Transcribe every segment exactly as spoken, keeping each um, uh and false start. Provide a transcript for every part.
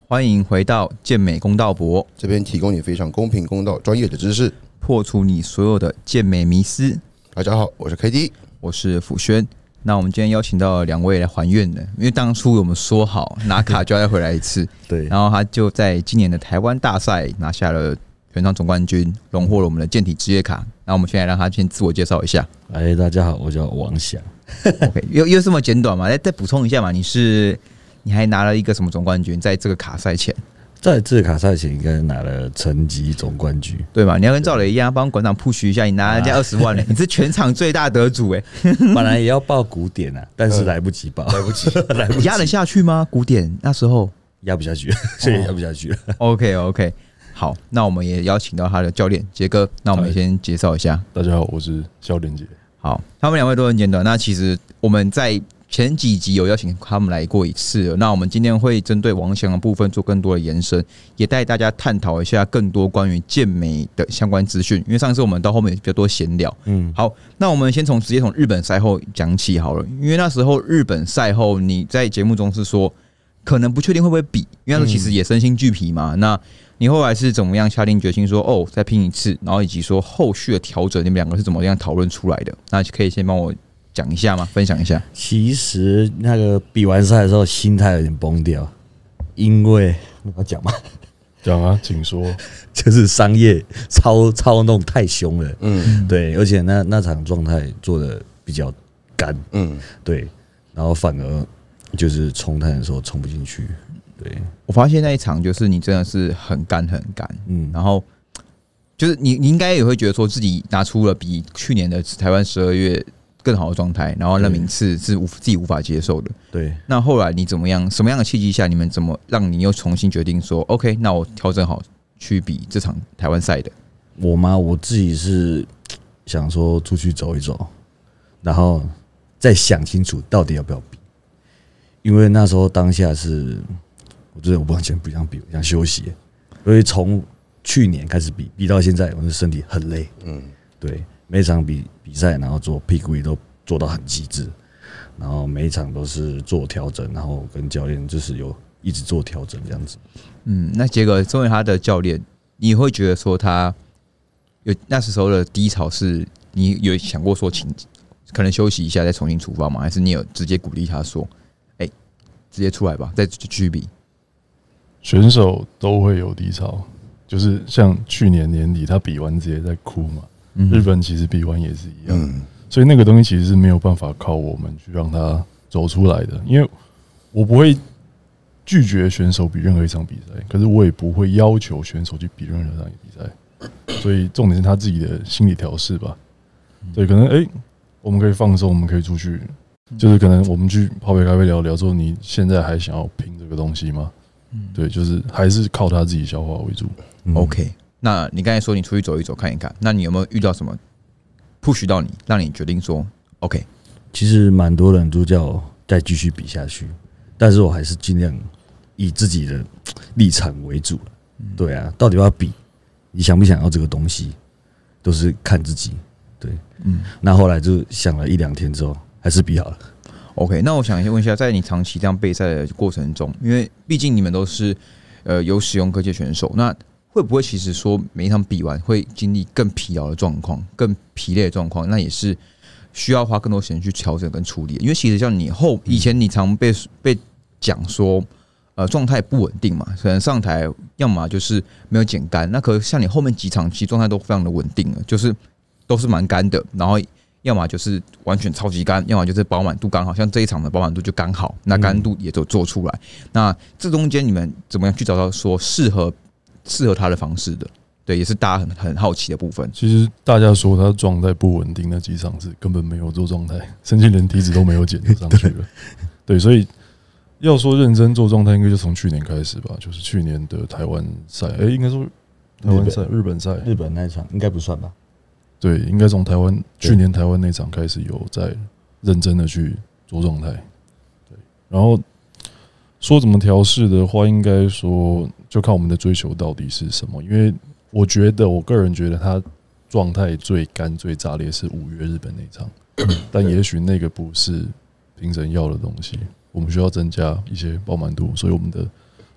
欢迎回到健美公道博， 这边提供你非常公平、公道、专业的知识， 破除你所有的健美迷思。 大家好，我是 K D， 我是辅轩。那我们今天邀请到两位来还愿的，因为当初我们说好拿卡就要再回来一次， 对， 然后他就在今年的台湾大赛拿下了全场总冠军，荣获了我们的健体职业卡。那我们现在让他先自我介绍一下。 哎，大家好，我叫王翔。 OK， 又又这么简短嘛？再再补充一下嘛？你是你还拿了一个什么总冠军？在这个卡赛前， 在这个卡赛前应该拿了成绩总冠军， 对吧？你要跟赵磊一样，帮馆长 push 一下，你拿人家二十万呢、欸，你是全场最大得主哎、欸。 本来也要报古典啊，但是来不及报， 来不及， 来不及， 你压得下去吗？古典那时候压不下去，所以压不下去了。 OK OK， 好，那我们也邀请到他的教练杰哥，那我们先介绍一下。 大家好，我是肖连杰。 好，他们两位都很简短。那其实我们在前几集有邀请他们来过一次了，那我们今天会针对王翔的部分做更多的延伸，也带大家探讨一下更多关于健美的相关资讯。因为上次我们到后面比较多闲聊，嗯，好，那我们先从直接从日本赛后讲起好了，因为那时候日本赛后你在节目中是说可能不确定会不会比，因为那时候其实也身心俱疲嘛，嗯、那你后来是怎么样下定决心说哦再拼一次，然后以及说后续的调整，你们两个是怎么样讨论出来的？那可以先帮我讲一下吗？分享一下。 其实那个比完赛的时候，心态有点崩掉，因为我要讲吗？ 讲啊，请说。 就是商业操操弄太凶了，嗯，对，而且那那场状态做的比较干，嗯，对，然后反而就是冲碳的时候冲不进去，对。 我发现那一场就是你真的是很干很干，嗯，然后就是你你应该也会觉得说自己拿出了比去年的台湾十二月更好的状态，然后那名次是无自己无法接受的。 对， 那后来你怎么样？什么样的契机下，你们怎么让你又重新决定说 ，OK， 那我调整好去比这场台湾赛的？ 我吗？我自己是想说出去走一走，然后再想清楚到底要不要比，因为那时候当下是，我真的我不想不想比，我想休息，所以从去年开始比，比到现在，我的身体很累，嗯，对。每一场比比赛，然后做屁股都做到很极致，然后每一场都是做调整，然后跟教练就是有一直做调整这样子。 嗯，那杰哥作为他的教练，你会觉得说他有那时候的低潮是，你有想过说请可能休息一下再重新出发吗？还是你有直接鼓励他说，哎、欸，直接出来吧，再继续比？ 选手都会有低潮，就是像去年年底他比完直接在哭嘛。日本其实比完也是一样，嗯、所以那个东西其实是没有办法靠我们去让他走出来的。因为我不会拒绝选手比任何一场比赛，可是我也不会要求选手去比任何一场比赛。所以重点是他自己的心理调试吧。对，可能哎、欸，我们可以放松，我们可以出去，就是可能我们去泡杯咖啡聊聊，说你现在还想要拼这个东西吗？对，就是还是靠他自己消化为主。 嗯、OK。那你刚才说你出去走一走看一看，那你有没有遇到什么 push 到你，让你决定说 OK？ 其实蛮多人都叫我再继续比下去，但是我还是尽量以自己的立场为主。对啊，到底要比，你想不想要这个东西，都是看自己。对，嗯，那后来就想了一两天之后，还是比好了。 OK， 那我想先问一下，在你长期这样备赛的过程中，因为毕竟你们都是呃有使用科技选手，那会不会其实说每一场比完会经历更疲劳的状况、更疲累的状况？那也是需要花更多时间去调整跟处理的。因为其实像你后以前你常被被讲说，呃，状态不稳定嘛，可能上台要么就是没有减干，那可是像你后面几场其实状态都非常的稳定了，就是都是蛮干的，然后要么就是完全超级干，要么就是饱满度刚好，像这一场的饱满度就刚好，那干度也都做出来。那这中间你们怎么样去找到说适合？适合他的方式的，对，也是大家 很, 很好奇的部分。 其实大家说他状态不稳定，那几场是根本没有做状态，甚至连体脂都没有减就上去了。对，所以要说认真做状态，应该就从去年开始吧，就是去年的台湾赛，哎、欸，应该说台湾赛、日本赛、 日本那一场应该不算吧？ 对，应该从台湾去年台湾那场开始有在认真的去做状态。对，然后说怎么调试的话，应该说。就看我们的追求到底是什么，因为我觉得，我个人觉得他状态最干、最炸裂是五月日本那场，但也许那个不是评审要的东西，我们需要增加一些饱满度，所以我们的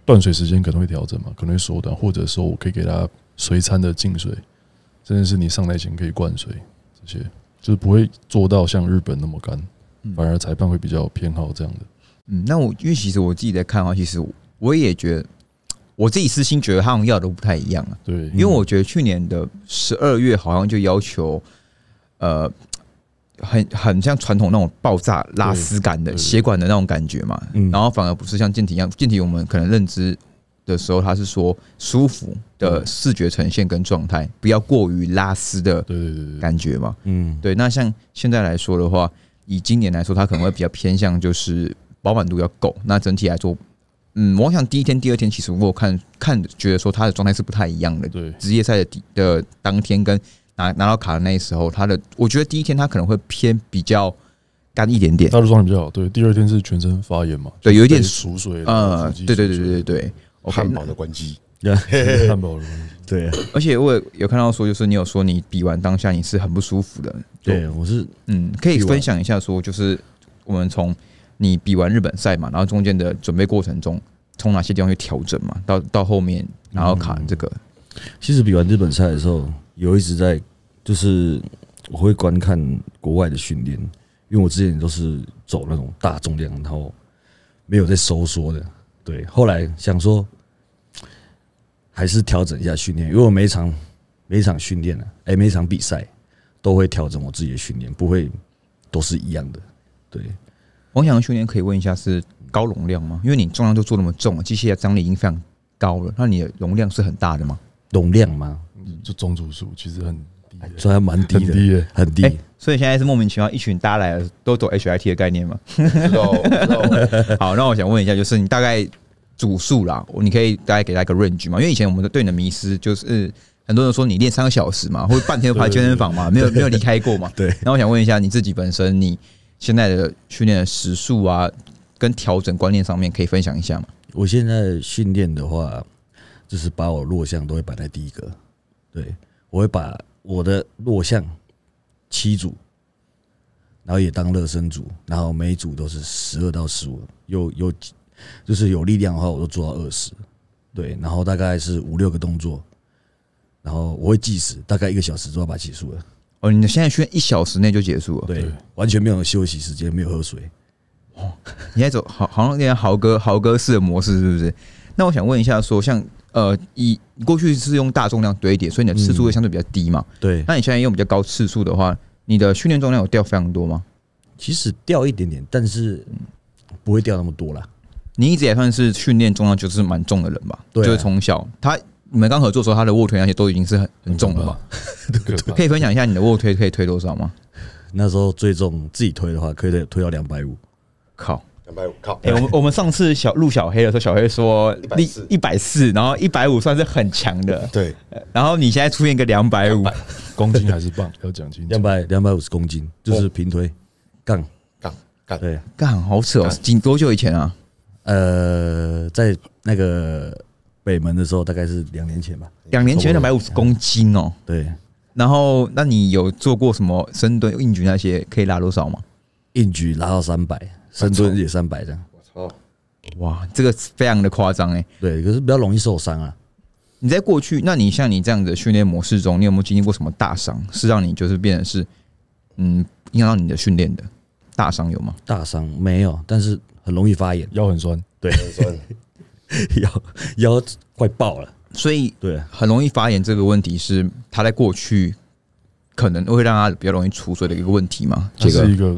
断水时间可能会调整嘛，可能会缩短，或者说我可以给他随餐的净水，甚至是你上台前可以灌水，这些就是不会做到像日本那么干，反而裁判会比较偏好这样的。 嗯，那我因为其实我自己在看的话，其实我也觉得我自己私心觉得他们要的都不太一样啊。 对， 因为我觉得去年的十二月好像就要求，呃，很很像传统那种爆炸拉丝感的血管的那种感觉嘛，然后反而不是像健体一样，健体我们可能认知的时候，它是说舒服的视觉呈现跟状态，不要过于拉丝的感觉嘛。嗯，对。那像现在来说的话，以今年来说，它可能会比较偏向就是饱满度要够。那整体来说，嗯，我想第一天、第二天，其实我看看觉得说他的状态是不太一样的。对，职业赛的的当天跟拿拿到卡的那时候，他的我觉得第一天他可能会偏比较干一点点， 他的状态比较好。对，第二天是全身发炎嘛， 对，有一点熟水， 呃，对对对对对对， 汉堡的关机， 汉堡的关机， 对。 而且我有看到说，就是你有说你比完当下你是很不舒服的， 对，我是嗯，可以分享一下说，就是我们从你比完日本赛嘛，然后中间的准备过程中，从哪些地方去调整嘛，到到后面然后卡这个。 其实比完日本赛的时候，有一直在就是我会观看国外的训练，因为我之前都是走那种大重量，然后没有在收缩的。对，后来想说还是调整一下训练，因为我每一场每一场训练啊，哎，每一场比赛都会调整我自己的训练，不会都是一样的。对， 王翔的训练可以问一下是高容量吗？因为你重量就做那么重，机械的张力已经非常高了，那你的容量是很大的吗？ 容量吗？ 就中组数其实很低的， 所以还蛮低的， 很低的， 很低、欸。 所以现在是莫名其妙一群大家来了都走 H I T 的概念吗？ 知道，知道。 好，那我想问一下，就是你大概组数啦，你可以大概给他一个 range 嘛？因为以前我们对你的迷思就是很多人说你练三个小时嘛，或者半天都跑健身房嘛，没有没有离开过嘛。对。那我想问一下你自己本身，你现在的训练的时数啊，跟调整观念上面可以分享一下吗？ 我现在训练的话，就是把我弱项都会摆在第一个。对，我会把我的弱项七组，然后也当热身组，然后每一组都是十二到十五，有有就是有力量的话，我都做到二十。对，然后大概是五六个动作，然后我会计时，大概一个小时就要把它结束了。 哦，你现在训练一小时内就结束了？ 对，完全没有休息时间，没有喝水。 哦，你在走好好像练豪哥豪哥式的模式是不是？那我想问一下说，像呃，以过去是用大重量堆叠，所以你的次数会相对比较低嘛？对。那你现在用比较高次数的话，你的训练重量有掉非常多吗？ 其实掉一点点，但是不会掉那么多啦。 你一直也算是训练重量就是蛮重的人吧？对、啊，就是从小他你们刚合作的时候，他的卧推那些都已经是很很重了嘛？可以分享一下你的卧推可以推多少吗？ 那时候最重自己推的话，可以推到两百五。 靠！ 两百五，靠！ 哎、欸，我们我们上次小录小黑的时候，小黑说一百四，然后一百五算是很强的。对。然后你现在出现一个两百五公斤还是磅？要讲清楚。 两百两百五十公斤，就是平推杠杠杠。 对， 杠好扯哦！几多久以前啊？ 呃，在那个北门的时候，大概是两年前吧。 两年前两百五十公斤哦。 对。 然后，那你有做过什么深蹲、硬举那些？可以拉多少吗？ 硬举拉到三百，深蹲也三百这样。 我操！ 哇，这个非常的夸张哎。 对，可是比较容易受伤啊。 你在过去，那你像你这样的训练模式中，你有没有经历过什么大伤，是让你就是变成是嗯影响到你的训练的大伤有吗？ 大伤没有，但是很容易发炎， 腰很酸， 对，很酸，腰腰快爆了。 所以， 对， 很容易发炎这个问题是他在过去可能会让他比较容易出水的一个问题嘛？ 这是一个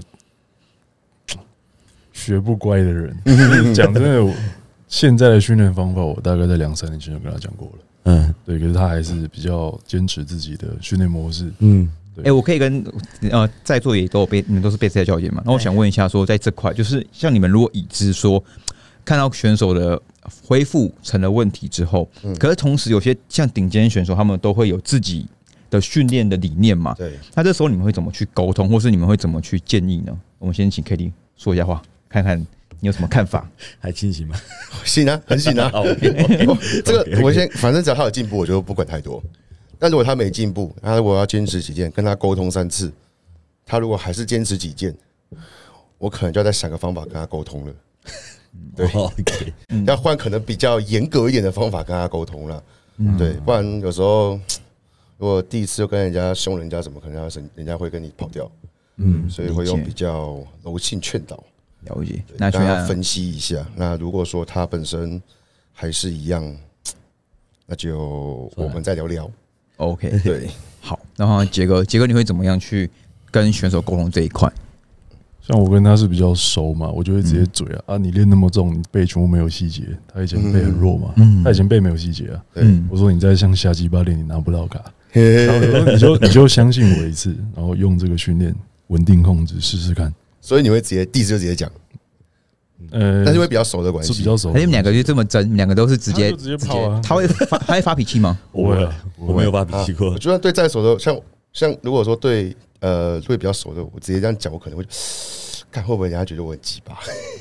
学不乖的人。讲真的，现在的训练方法，我大概在两三年前就跟他讲过了。嗯，对，可是他还是比较坚持自己的训练模式。嗯， 哎、欸，我可以跟呃在座也都有被你们都是备赛教练嘛？那我想问一下，说在这块，就是像你们如果已知说看到选手的恢复成了问题之后，嗯、可是同时有些像顶尖选手，他们都会有自己的训练的理念嘛？对。那这时候你们会怎么去沟通，或是你们会怎么去建议呢？我们先请 K D 说一下话，看看你有什么看法？ 还清醒吗？ 行啊，很行啊。这个我先，反正只要他有进步，我就不管太多。但如果他没进步，他如果要坚持几件，跟他沟通三次，他如果还是坚持几件，我可能就要再想个方法跟他沟通了。 对， 哦 OK 要换可能比较严格一点的方法跟他沟通了。对，不然有时候如果第一次就跟人家凶人家，怎么可能要人家会跟你跑掉？嗯，所以会用比较柔性劝导。 了解， 那那大家分析一下。那如果说他本身还是一样，那就我们再聊聊。 OK， 对， 好。然后杰哥，杰哥你会怎么样去跟选手沟通这一块？ 像我跟他是比较熟嘛，我就会直接嘴啊、嗯、啊，你练那么重，你背全部没有细节。他以前背很弱嘛，嗯、他以前背没有细节啊。嗯、我说你再像下鸡巴练，你拿不到卡。然后你就你就相信我一次，然后用这个训练稳定控制试试看。 所以你会直接第一次就直接讲，呃，但是会比较熟的关系， 是比较熟。 你们两个就这么真，你们两个都是直接直接跑啊？ 他会发他会发脾气吗？ 不会，我没有发脾气过。 我觉得对再熟的，像像如果说对呃对比较熟的，我直接这样讲，我可能会看会不会人家觉得我很鸡巴。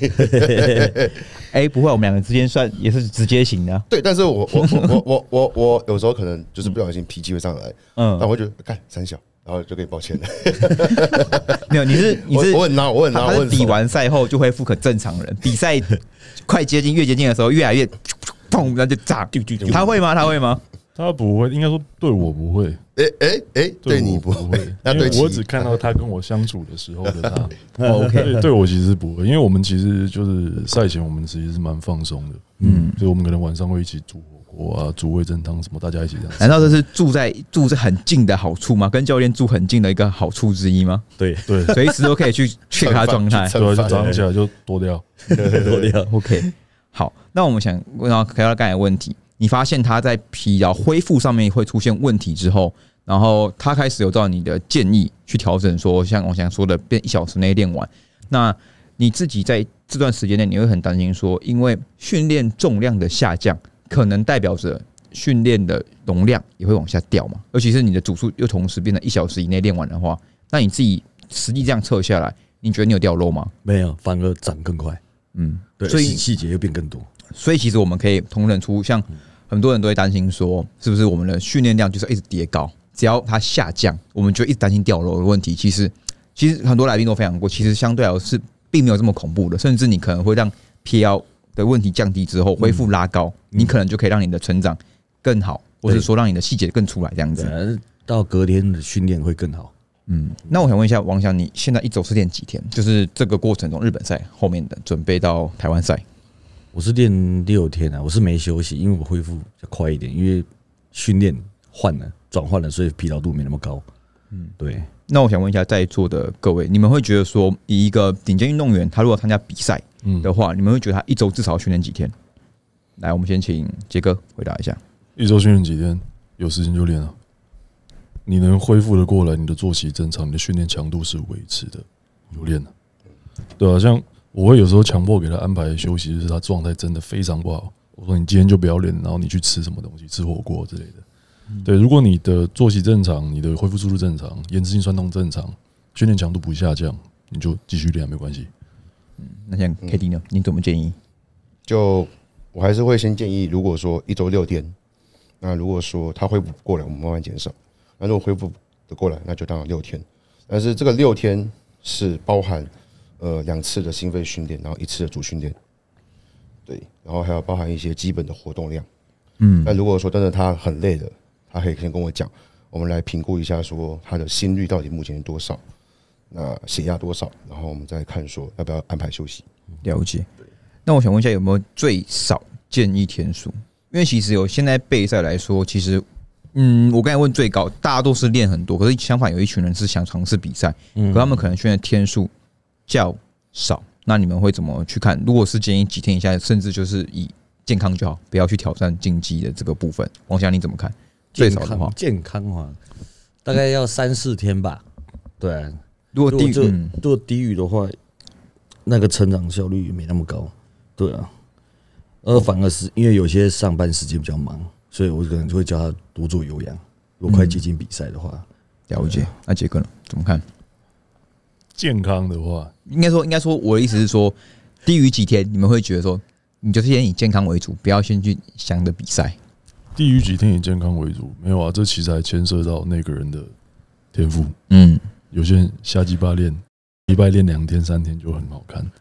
哎，不会，我们两个之间算也是直接型的、啊。 对，但是我我我我我我有时候可能就是不小心脾气会上来，嗯，但我会觉得干三小。然后就跟你抱歉了。 没有，你是你是我很孬，我很孬。 他是比完赛后就恢复可正常人，比赛快接近越接近的时候，越来越砰，那就炸。他会吗？他会吗？ 他不会，应该说对我不会。 哎哎哎，对你不会。 因为我只看到他跟我相处的时候的他。 OK， 对我其实不会，因为我们其实就是赛前我们其实是蛮放松的，嗯，所以我们可能晚上会一起煮火锅啊，煮味噌汤什么，大家一起这样。 难道这是住在住在很近的好处吗？跟教练住很近的一个好处之一吗？ 对对， 随时都可以去 check 他状态， 对，就早上起来就多掉， 多掉。 OK， 好，那我们想问到凯到刚才的问题。你发现他在疲劳恢复上面会出现问题之后，然后他开始有照你的建议去调整，说像我想说的，变一小时内练完。那你自己在这段时间内，你会很担心说，因为训练重量的下降，可能代表着训练的容量也会往下掉嘛？尤其是你的组数又同时变成一小时以内练完的话，那你自己实际这样测下来，你觉得你有掉肉吗？ 没有，反而长更快。嗯，对，所以细节又变更多。 所以其实我们可以同忍出，像很多人都会担心说，是不是我们的训练量就是一直叠高，只要它下降，我们就一直担心掉肉的问题。其实，其实很多来宾都分享过，其实相对来说是并没有这么恐怖的，甚至你可能会让 P L 的问题降低之后，恢复拉高，你可能就可以让你的成长更好，或者说让你的细节更出来，这样子。 到隔天的训练会更好。 嗯，那我想问一下王翔，你现在一周是练几天？就是这个过程中，日本赛后面的准备到台湾赛。 我是练六天啊，我是没休息，因为我恢复比较快一点，因为训练换了转换了，所以疲劳度没那么高。嗯，对。 那我想问一下在座的各位，你们会觉得说，以一个顶尖运动员，他如果参加比赛的话，你们会觉得他一周至少训练几天？来，我们先请杰哥回答一下。 一周训练几天？有时间就练啊。你能恢复的过来，你的作息正常，你的训练强度是维持的，有练的。对啊，像。我会有时候强迫给他安排休息，就是他状态真的非常不好。我说你今天就不要练，然后你去吃什么东西，吃火锅之类的。对，如果你的作息正常，你的恢复速度正常，延迟性酸痛正常，训练强度不下降，你就继续练没关系。 嗯，那像 K D 呢？你怎么建议？ 就我还是会先建议，如果说一周六天，那如果说他恢复不过来，我们慢慢减少；那如果恢复得过来，那就当然六天。但是这个六天是包含。呃，两次的心肺训练，然后一次的主训练，对，然后还要包含一些基本的活动量。嗯，那如果说真的他很累了，他可以先跟我讲，我们来评估一下，说他的心率到底目前多少，那血压多少，然后我们再看说要不要安排休息。 了解。那我想问一下，有没有最少建议天数？因为其实有现在备赛来说，其实。嗯，我刚才问最高，大家都是练很多，可是相反有一群人是想尝试比赛，可他们可能训练天数较少，那你们会怎么去看？如果是建议几天以下，甚至就是以健康就好，不要去挑战竞技的这个部分。王翔你怎么看？最少的话， 健康的话，大概要三四天吧。对、啊， 如果低于、嗯、 如果低于的话，那个成长效率没那么高。对啊，而反而是因为有些上班时间比较忙。所以我可能就会叫他多做有氧。如果快接近比赛的话， 了解。那杰哥呢？怎么看？ 健康的话， 应该说，应该说，我的意思是说，低于几天，你们会觉得说，你就是先以健康为主，不要先去想着比赛。 低于几天以健康为主，没有啊？这其实还牵涉到那个人的天赋。 嗯， 有些人瞎鸡巴练，礼拜练两天三天就很好看。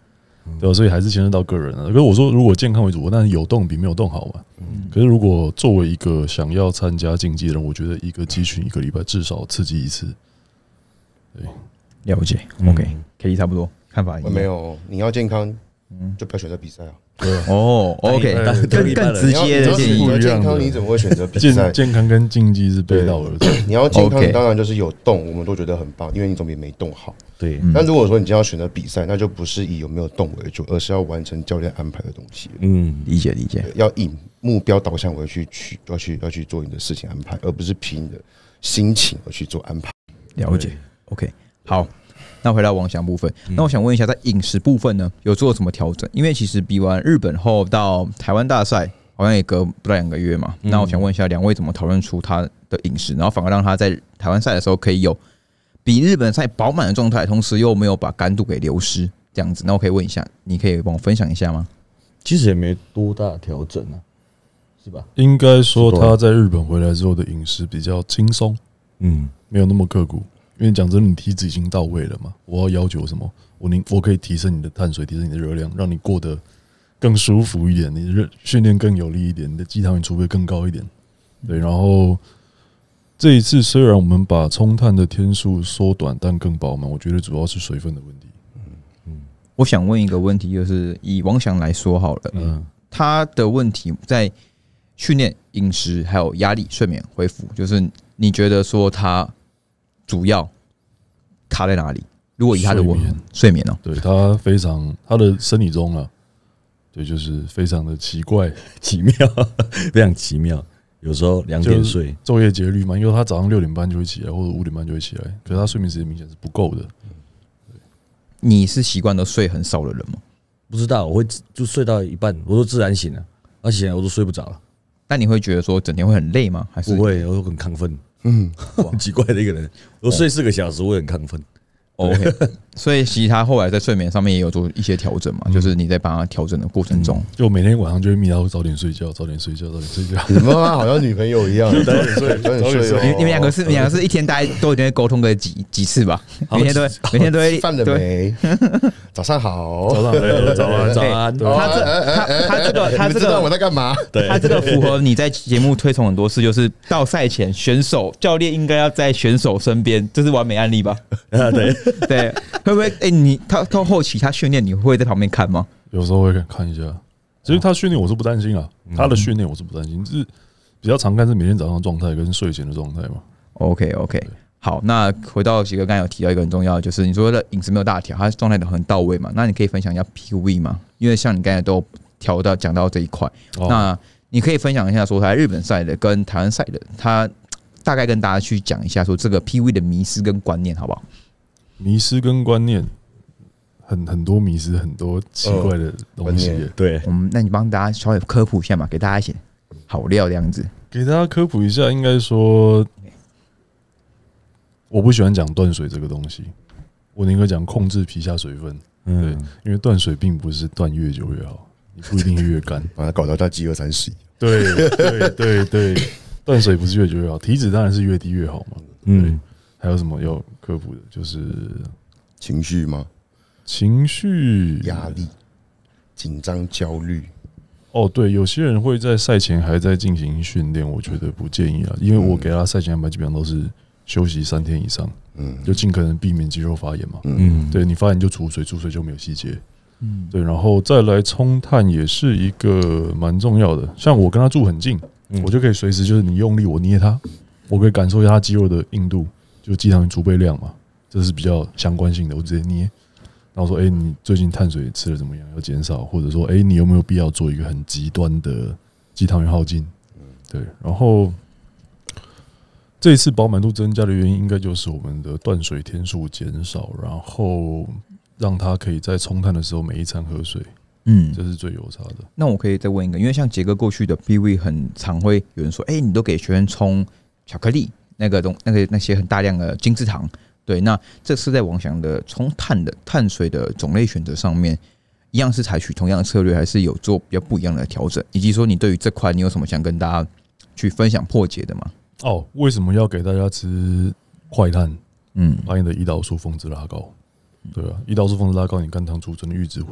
对吧？所以还是牵涉到个人啊。可是我说，如果健康为主，但是有动比没有动好嘛。可是如果作为一个想要参加竞技的人，我觉得一个肌群一个礼拜至少刺激一次。对， 了解。OK，K D 差不多看法一样。 没有，你要健康，就不要选择比赛啊。 对啊。 哦 ，OK， 更更直接的建议。 你要健康，你怎么会选择比赛？ 健健康跟竞技是背道而驰。 你要健康，你当然就是有动，我们都觉得很棒，因为你总比没动好。 对。 但如果说你今天要选择比赛，那就不是以有没有动为主，而是要完成教练安排的东西。 嗯， 理解理解。 要以目标导向为去去要去要去做你的事情安排，而不是凭你的心情而去做安排。 了解。OK， 好。那回到王翔部分，那我想问一下，在饮食部分呢，有做什么调整？因为其实比完日本后到台湾大赛，好像也隔不到两个月嘛。那我想问一下，两位怎么讨论出他的饮食，然后反而让他在台湾赛的时候可以有比日本赛饱满的状态，同时又没有把干度给流失这样子？那我可以问一下，你可以帮我分享一下吗？ 其实也没多大调整啊，是吧？ 应该说他在日本回来之后的饮食比较轻松，嗯，没有那么刻苦。因为讲真的，你体脂已经到位了嘛，我要要求什么？我宁我可以提升你的碳水，提升你的热量，让你过得更舒服一点，你的训练更有力一点，你的肌糖原储备更高一点。对，然后这一次虽然我们把冲碳的天数缩短，但更饱满，我觉得主要是水分的问题。 嗯，我想问一个问题，就是以王翔来说好了，嗯，他的问题在训练、饮食还有压力、睡眠恢复，就是你觉得说他主要卡在哪里？如果以他的问睡眠哦， 对他非常他的生理钟啊，对，就是非常的奇怪、 奇妙，非常奇妙。有时候两点睡， 昼夜节律嘛，因为他早上六点半就会起来，或者五点半就会起来，可是他睡眠时间明显是不够的。 你是习惯都睡很少的人吗？ 不知道，我会就睡到一半，我都自然醒了，而且我都睡不着了。 但你会觉得说整天会很累吗？还是不会？我很亢奋。嗯，很奇怪的一个人，我睡四个小时，我很亢奋。 OK， 所以其实他后来在睡眠上面也有做一些调整嘛，就是你在帮他调整的过程中， 嗯、就每天晚上就会密他早点睡觉，早点睡觉，早点睡觉。 你妈妈好像女朋友一样，早点睡，早点睡。 你你们两个是，你们两个是一天大概都一定会沟通个几几次吧？每天都会，每天都会。 饭了没？早上好， 早上早安，早安。 他这他他这个他这个我在干嘛？ 他这个符合你在节目推崇很多次，就是到赛前选手教练应该要在选手身边，这是完美案例吧？ 啊，对对，会不会？哎、欸，你他到后期他训练，你会在旁边看吗？ 有时候会看一下。其实他训练我是不担心啊，他的训练我是不担心，就是比较常看是每天早上的状态跟睡前的状态嘛。 OK OK， 好，那回到几个刚才有提到一个很重要的，就是你说的饮食没有大调，他状态都很到位嘛？那你可以分享一下 P V 吗？因为像你刚才都调到讲到这一块，哦、那你可以分享一下说他日本赛的跟台湾赛的，他大概跟大家去讲一下说这个 P V 的迷思跟观念，好不好？ 迷思跟观念，很很多迷思，很多奇怪的东西。 哦、对， 我们那你帮大家稍微科普一下嘛，给大家一些好料这样子。 给大家科普一下，应该说，我不喜欢讲断水这个东西，我宁可讲控制皮下水分。嗯，对，因为断水并不是断越久越好，你不一定越干， 把它搞到它饥饿三十。 对对对对，断水不是越久越好，体脂当然是越低越好嘛。嗯。还有什么要科普的？就是情绪吗？ 情绪、 压力、紧张、焦虑。 哦，对，有些人会在赛前还在进行训练，我觉得不建议啊，因为我给他赛前安排基本上都是休息三天以上，嗯，就尽可能避免肌肉发炎嘛，嗯，对你发炎就储水，储水就没有细节，嗯，对，然后再来冲碳也是一个蛮重要的，像我跟他住很近，我就可以随时就是你用力我捏他，我可以感受一下他肌肉的硬度。就肌糖原储备量嘛，这是比较相关性的。我直接捏，然后说：“哎、欸，你最近碳水吃的怎么样？要减少，或者说，哎、欸，你有没有必要做一个很极端的肌糖原耗尽？”对。然后这一次饱满度增加的原因，应该就是我们的断水天数减少，然后让他可以在冲碳的时候每一餐喝水。嗯，这是最有差的。 那我可以再问一个，因为像杰哥过去的 P V 很常会有人说：“哎、欸，你都给学员冲巧克力。”那个东那个那些很大量的精制糖，对，那这是在王翔的冲碳的碳水的种类选择上面，一样是采取同样的策略，还是有做比较不一样的调整？以及说你对于这块你有什么想跟大家去分享破解的吗？ 哦，为什么要给大家吃快碳？嗯，把你的胰岛素峰值拉高，对啊，胰岛素峰值拉高，你肝糖储存的阈值会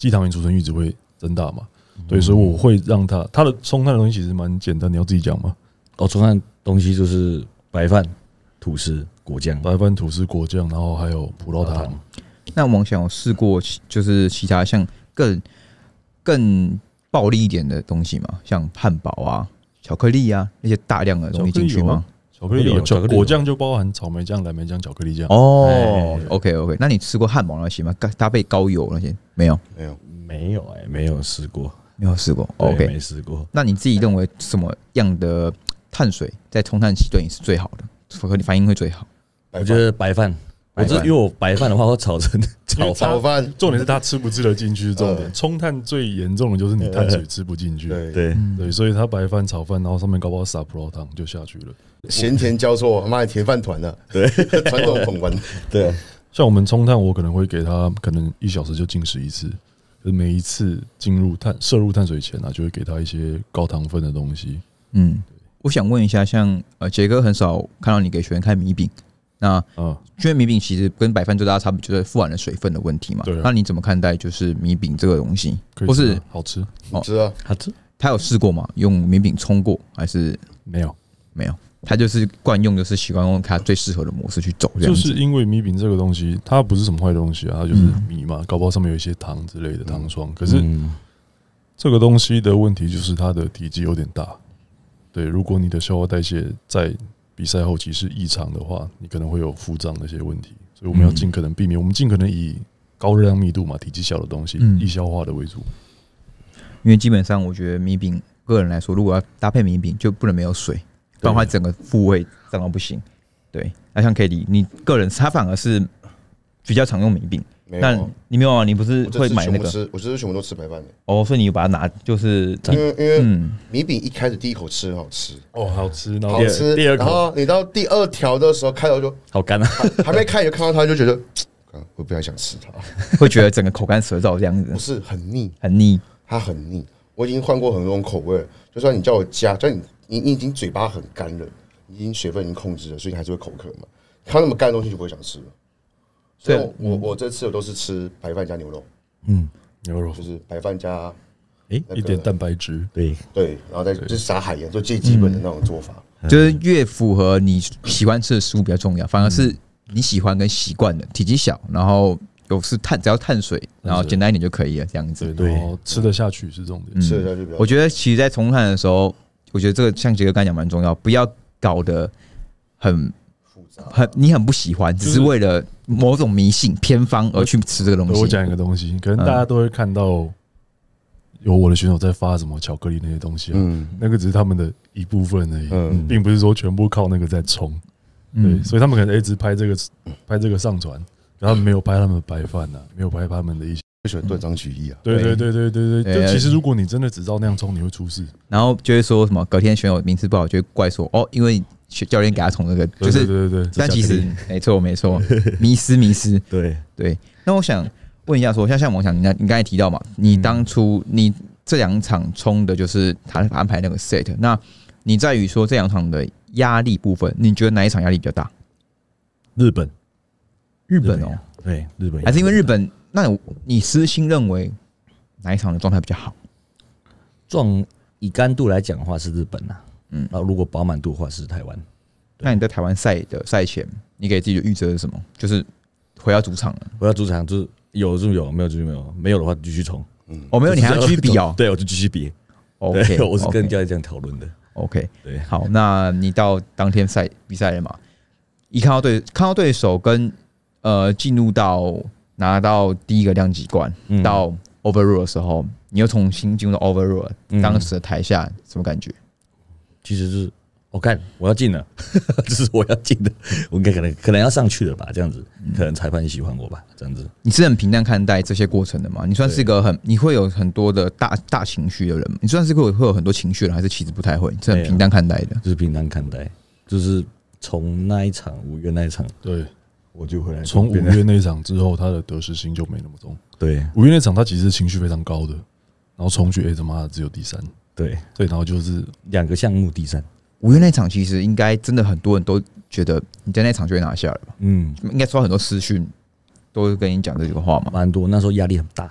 肌糖原储存阈值会增大嘛。对，所以我会让它它的冲碳的东西其实蛮简单，你要自己讲吗？ 哦，冲碳东西就是白饭、吐司、果酱， 白饭、吐司、果酱，然后还有葡萄糖。 那王想有试过，就是其他像更更暴力一点的东西吗？像汉堡啊、巧克力啊那些大量的东西进去吗？ 巧克力有，巧克力果酱就包含草莓酱、蓝莓酱、巧克力酱。 哦 ，OK OK， 那你吃过汉堡那些吗？搭配高油那些没有？ 没有， 没有哎、欸，没有试过， 没有试过。OK， 没试过。 那你自己认为什么样的碳水在冲碳期对你是最好的？和你反应会最好？ 我觉得白饭。我这因为我白饭的话，我炒成炒炒饭， 重点是它吃不吃得进去是重点。冲碳最严重的就是你碳水吃不进去， 对对对，所以它白饭炒饭，然后上面搞不好撒葡萄糖就下去了， 咸甜交错，妈的甜饭团了，对，传统统观， 对。 像我们冲碳，我可能会给他可能一小时就进食一次，就是每一次进入碳摄入碳水前啊，就会给他一些高糖分的东西。 嗯，我想问一下，像呃杰哥很少看到你给学员开米饼。那嗯，因为米饼其实跟白饭最大的差别就是富含了水分的问题嘛。对。那你怎么看待就是米饼这个东西？或是好吃？ 好吃啊， 好吃。 他有试过吗？用米饼冲过还是没有？ 没有。他就是惯用，就是习惯用他最适合的模式去走。这样就是因为米饼这个东西，它不是什么坏东西啊，它就是米嘛，搞不好上面有一些糖之类的糖霜。可是这个东西的问题就是它的体积有点大。对，如果你的消化代谢在比赛后期是异常的话，你可能会有腹胀的一些问题，所以我们要尽可能避免。我们尽可能以高热量密度嘛，体积小的东西，易消化的为主。 因为基本上，我觉得米饼个人来说，如果要搭配米饼，就不能没有水，不然它整个腹味胀到不行。对，那像 K D， 你个人他反而是比较常用米饼。那你没有啊？你不是会买那个？ 我这次全部都吃白饭的。 哦，所以你把它拿，就是因为因为米饼一开始第一口吃很好吃， 哦，好吃， 然后好吃，第二口，然后你到第二条的时候开头就好干啊， 还没开就看到它就觉得，我不太想吃它， 会觉得整个口干舌燥这样子。 不是很腻， 很腻， 它很腻。我已经换过很多种口味了，就算你叫我加，但你你你已经嘴巴很干了，已经水分已经控制了，所以你还是会口渴嘛。看那么干的东西就不会想吃了。所以我我这次我都是吃白饭加牛肉， 嗯， 牛肉就是白饭加， 哎，一点蛋白质， 对对，然后再就是撒海盐，就最基本的那种做法， 就是越符合你喜欢吃的食物比较重要，反而是你喜欢跟习惯的，体积小，然后有是碳，只要碳水，然后简单一点就可以了，这样子， 对，然后吃得下去是重点， 吃得下去比较。 我觉得其实，在冲碳的时候，我觉得这个像杰哥刚才讲蛮重要，不要搞得很。很你很不喜欢，只是为了某种迷信偏方而去吃这个东西。 我讲一个东西，可能大家都会看到有我的选手在发什么巧克力那些东西啊，嗯，那个只是他们的一部分而已，嗯，并不是说全部靠那个在冲，对，所以他们可能一直拍这个拍这个上传，然后他们没有拍他们的白饭呐，没有拍他们的一些。 喜欢断章取义啊！ 对对对对对对，就其实如果你真的只照那样冲，你会出事。 然后就会说什么隔天选手名次不好，就会怪说哦，因为教练给他冲这个，就是对对对。 但其实没错没错，迷失迷失。 对对。那我想问一下说，像像王想，你你刚才提到嘛，你当初你这两场冲的就是他安排那个 set， 那你在于说这两场的压力部分，你觉得哪一场压力比较大？ 日本， 日本哦， 对日本， 还是因为日本？那你私心认为哪一场的状态比较好？ 状以干度来讲的话是日本啊，嗯，然后如果饱满度的话是台湾。 那你在台湾赛的赛前，你给自己的预测是什么？就是回到主场了， 回到主场就是有就有，没有就没有，没有的话继续冲。 嗯，哦，没有，你还要继续比哦。 对，我就继续比。OK， 我是跟教练这样讨论的。 OK， 对，好，那你到当天赛比赛了嘛？一看到对看到对手跟呃进入到。拿到第一个量级冠，嗯、到 overrule 的时候，你又重新进入到 overrule，、嗯、当时的台下什么感觉？ 其实是我看我要进了，这是我要进的，我应该可能可能要上去了吧，这样子，可能裁判喜欢我吧，这样子。 你是很平淡看待这些过程的吗？你算是一个很，你会有很多的大大情绪的人吗？你算是会会有很多情绪的人，还是其实不太会？你是很平淡看待的， 就是平淡看待，就是从那一场五月那一场， 对。 我就回来。 从五月那场之后，他的得失心就没那么重。 对， 五月那场他其实情绪非常高的，然后冲去，哎他妈的只有第三。 对对，然后就是两个项目第三。 五月那场其实应该真的很多人都觉得你在那场就会拿下了吧？嗯，应该收到很多私讯，都跟你讲这句话嘛。 蛮多，那时候压力很大，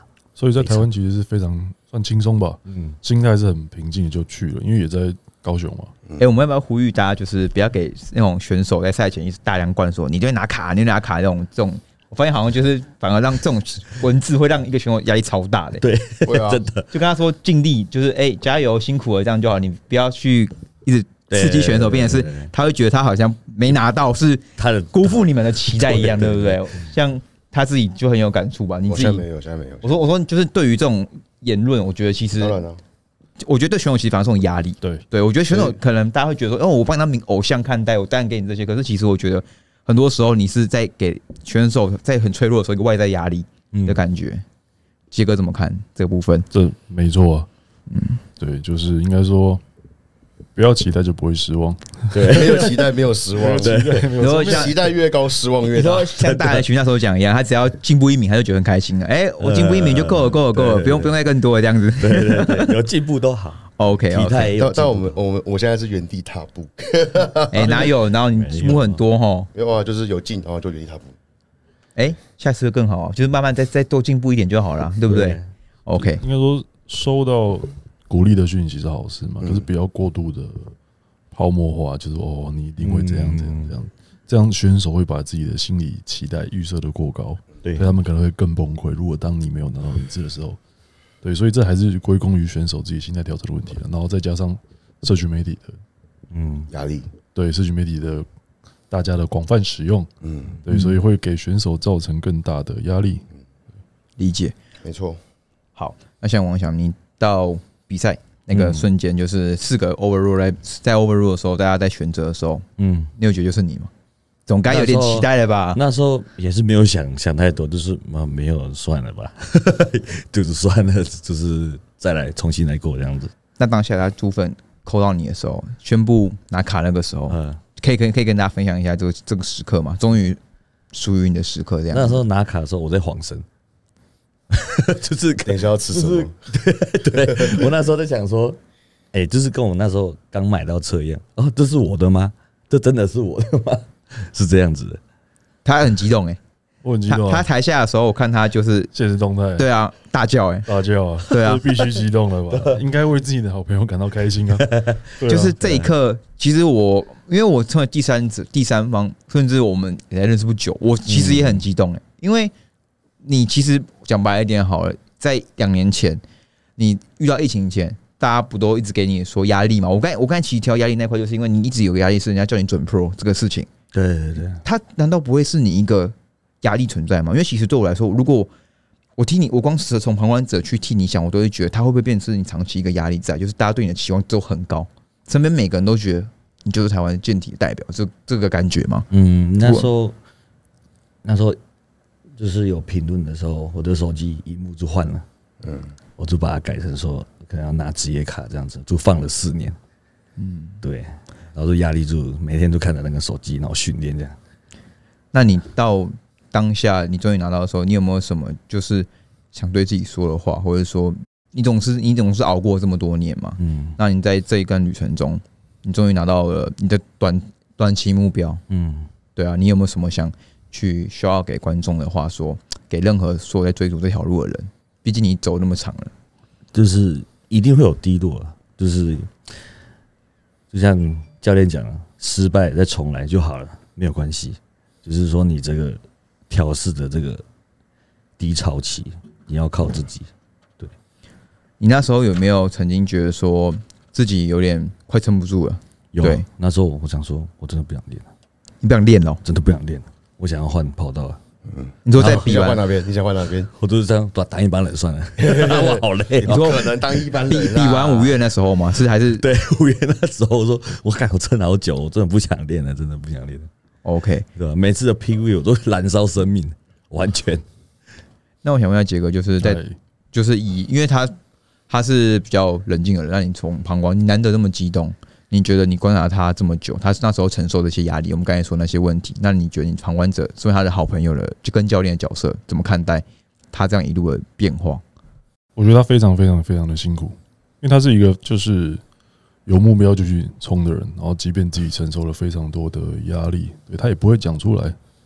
所以在台湾其实是非常算轻松吧，嗯，心态是很平静的就去了，因为也在高雄嘛。 哎、欸，我们要不要呼吁大家，就是不要给那种选手在赛前一直大量灌输，你就会拿卡，你就拿卡这种这种。我发现好像就是反而让这种文字会让一个选手压力超大的、欸。 对， 会啊， 真的就跟他说尽力，就是哎、欸、加油辛苦了这样就好，你不要去一直刺激选手，变成是他会觉得他好像没拿到，是他的辜负你们的期待一样，对不对？像他自己就很有感触吧？你自己我现在没有，现在没有。 我说我说就是对于这种言论，我觉得其实当然了。 我觉得对选手其实反而是种压力。 对， 对我觉得选手可能大家会觉得说，哦，我把你当偶像看待，我当然给你这些。可是其实我觉得很多时候你是在给选手在很脆弱的时候一个外在压力的感觉。杰哥怎么看这个部分？ 这没错啊，嗯，对，就是应该说不要期待就不会失望。 对，没有期待没有失望。 对， 然后期待越高，失望越大。 你说像大海群那时候讲一样，他只要进步一名，他就觉得很开心了。哎、欸，我进步一名就够了，够了，够了，不用不用再更多了这样子。 对对对，有进步都好。 OK， 体态也有。 但我们我们我现在是原地踏步。 哎、欸，哪有？然后你进步很多哈。 没有啊，就是有进，然后就原地踏步。 哎、欸，下次会更好啊，就是慢慢再再多进步一点就好了，对不对 ？OK， 应该说收到鼓励的讯息是好事嘛，可是不要过度的泡沫化，就是哦，你一定会这样这样这样，这样选手会把自己的心理期待预设的过高，对，所以他们可能会更崩溃。如果当你没有拿到名次的时候，对，所以这还是归功于选手自己心态调整的问题了，然后再加上社群媒体的嗯压力， 对，社群媒体的大家的广泛使用，嗯，对，所以会给选手造成更大的压力。 理解， 没错。 好，那像王翔，你到比赛那个瞬间，就是四个 overrule 在在 overrule 的时候，大家在选择的时候，嗯，你有觉得就是你吗？总该有点期待了吧？ 那时候也是没有想想太多，就是嘛没有算了吧，就是算了，就是再来重新来过这样子。 那当下他猪粉扣到你的时候，宣布拿卡那个时候，嗯，可以可以可以跟大家分享一下这个这个时刻嘛？终于属于你的时刻，这样。 那时候拿卡的时候，我在晃神。就是等一下要吃什么？ 对，对我那时候在想说，哎、欸，就是跟我那时候刚买到车一样。哦，这是我的吗？这真的是我的吗？是这样子的。 他很激动哎、欸， 我很激动、啊。 他台下的时候，我看他就是现实动态， 对啊，大叫哎、欸， 大叫啊， 对啊， 必须激动了吧？应该为自己的好朋友感到开心啊。啊就是这一刻，其实我因为我成为第三者、第三方，甚至我们也认识不久，我其实也很激动哎、欸，因为你其实讲白一点好了，在两年前，你遇到疫情前，大家不都一直给你说压力嘛？我刚才我刚才其实提到压力那块，就是因为你一直有个压力，是人家叫你准 Pro 这个事情。 对对对， 他难道不会是你一个压力存在吗？因为其实对我来说，如果我替你，我光是从旁观者去替你想，我都会觉得他会不会变成是你长期一个压力在，就是大家对你的期望都很高，身边每个人都觉得你就是台湾健体的代表，这这个感觉吗？ 嗯，那时候那时候就是有评论的时候，我的手机屏幕就换了，嗯，我就把它改成说可能要拿职业卡这样子，就放了四年，嗯，对。然后就压力就每天都看着那个手机，然后训练这样。 那你到当下你终于拿到的时候，你有没有什么就是想对自己说的话，或者说你总是你总是熬过这么多年嘛？嗯，那你在这一段旅程中，你终于拿到了你的短短期目标，嗯，对啊，你有没有什么想去需要给观众的话说，给任何所有在追逐这条路的人？毕竟你走那么长了， 就是一定会有低落啊，就是就像教练讲了，失败再重来就好了，没有关系。就是说你这个调试的这个低潮期，你要靠自己。对， 你那时候有没有曾经觉得说自己有点快撑不住了？ 有，对，那时候我想说，我真的不想练了。 你不想练了？ 真的不想练了，我想要换跑道了。 嗯，你说在比完换哪边？你想换哪边？ 我都是这样，把当一般人算了。我好累。 你说可能当一般人、啊？ 比完五月那时候吗？是还是对五月那时候？我说我看我撑好久，我真的不想练了，真的不想练了。 OK， 对吧？每次的 P V 我都燃烧生命，完全。 那我想问一下杰哥，就是在就是以，因为他他是比较冷静的人，让你从旁观，你难得那么激动。你觉得你观察他这么久，他那时候承受的一些压力，我们刚才说那些问题，那你觉得你旁观者作为他的好朋友了，就跟教练的角色，怎么看待他这样一路的变化？ 我觉得他非常非常非常的辛苦，因为他是一个就是有目标就去冲的人，然后即便自己承受了非常多的压力，对他也不会讲出来，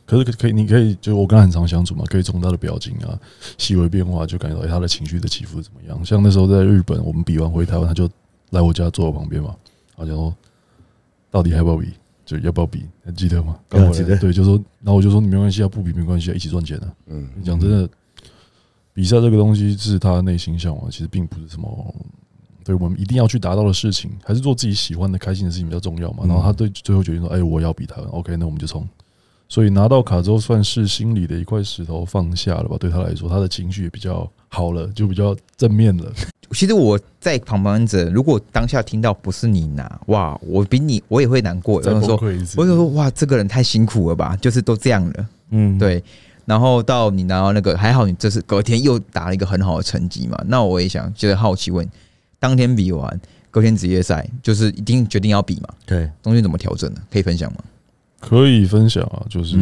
可是可以，你可以就我跟他很常相处嘛，可以从他的表情啊、细微变化就感觉到、欸、他的情绪的起伏怎么样。像那时候在日本，我们比完回台湾，他就来我家坐我旁边嘛，然后讲说到底要不要比，就要不要比，还记得吗？刚回来对，就说，然后我就说你没关系啊，不比没关系啊，一起赚钱啊。嗯，讲真的，比赛这个东西是他内心向往，其实并不是什么。对我们一定要去达到的事情，还是做自己喜欢的、开心的事情比较重要嘛。然后他对最后决定说：“哎、欸，我要比他 ，OK， 那我们就冲。”所以拿到卡之后，算是心里的一块石头放下了吧。对他来说，他的情绪也比较好了，就比较正面了。 其实我在旁观者，如果当下听到不是你拿，哇，我比你我也会难过。 再崩溃一次， 我就说：“哇，这个人太辛苦了吧？就是都这样了。”嗯，对。然后到你拿到那个，还好你这次隔天又打了一个很好的成绩嘛。那我也想觉得好奇问。当天比完，隔天职业赛就是一定决定要比嘛？ 对， 中间怎么调整呢？可以分享吗？ 可以分享啊，就是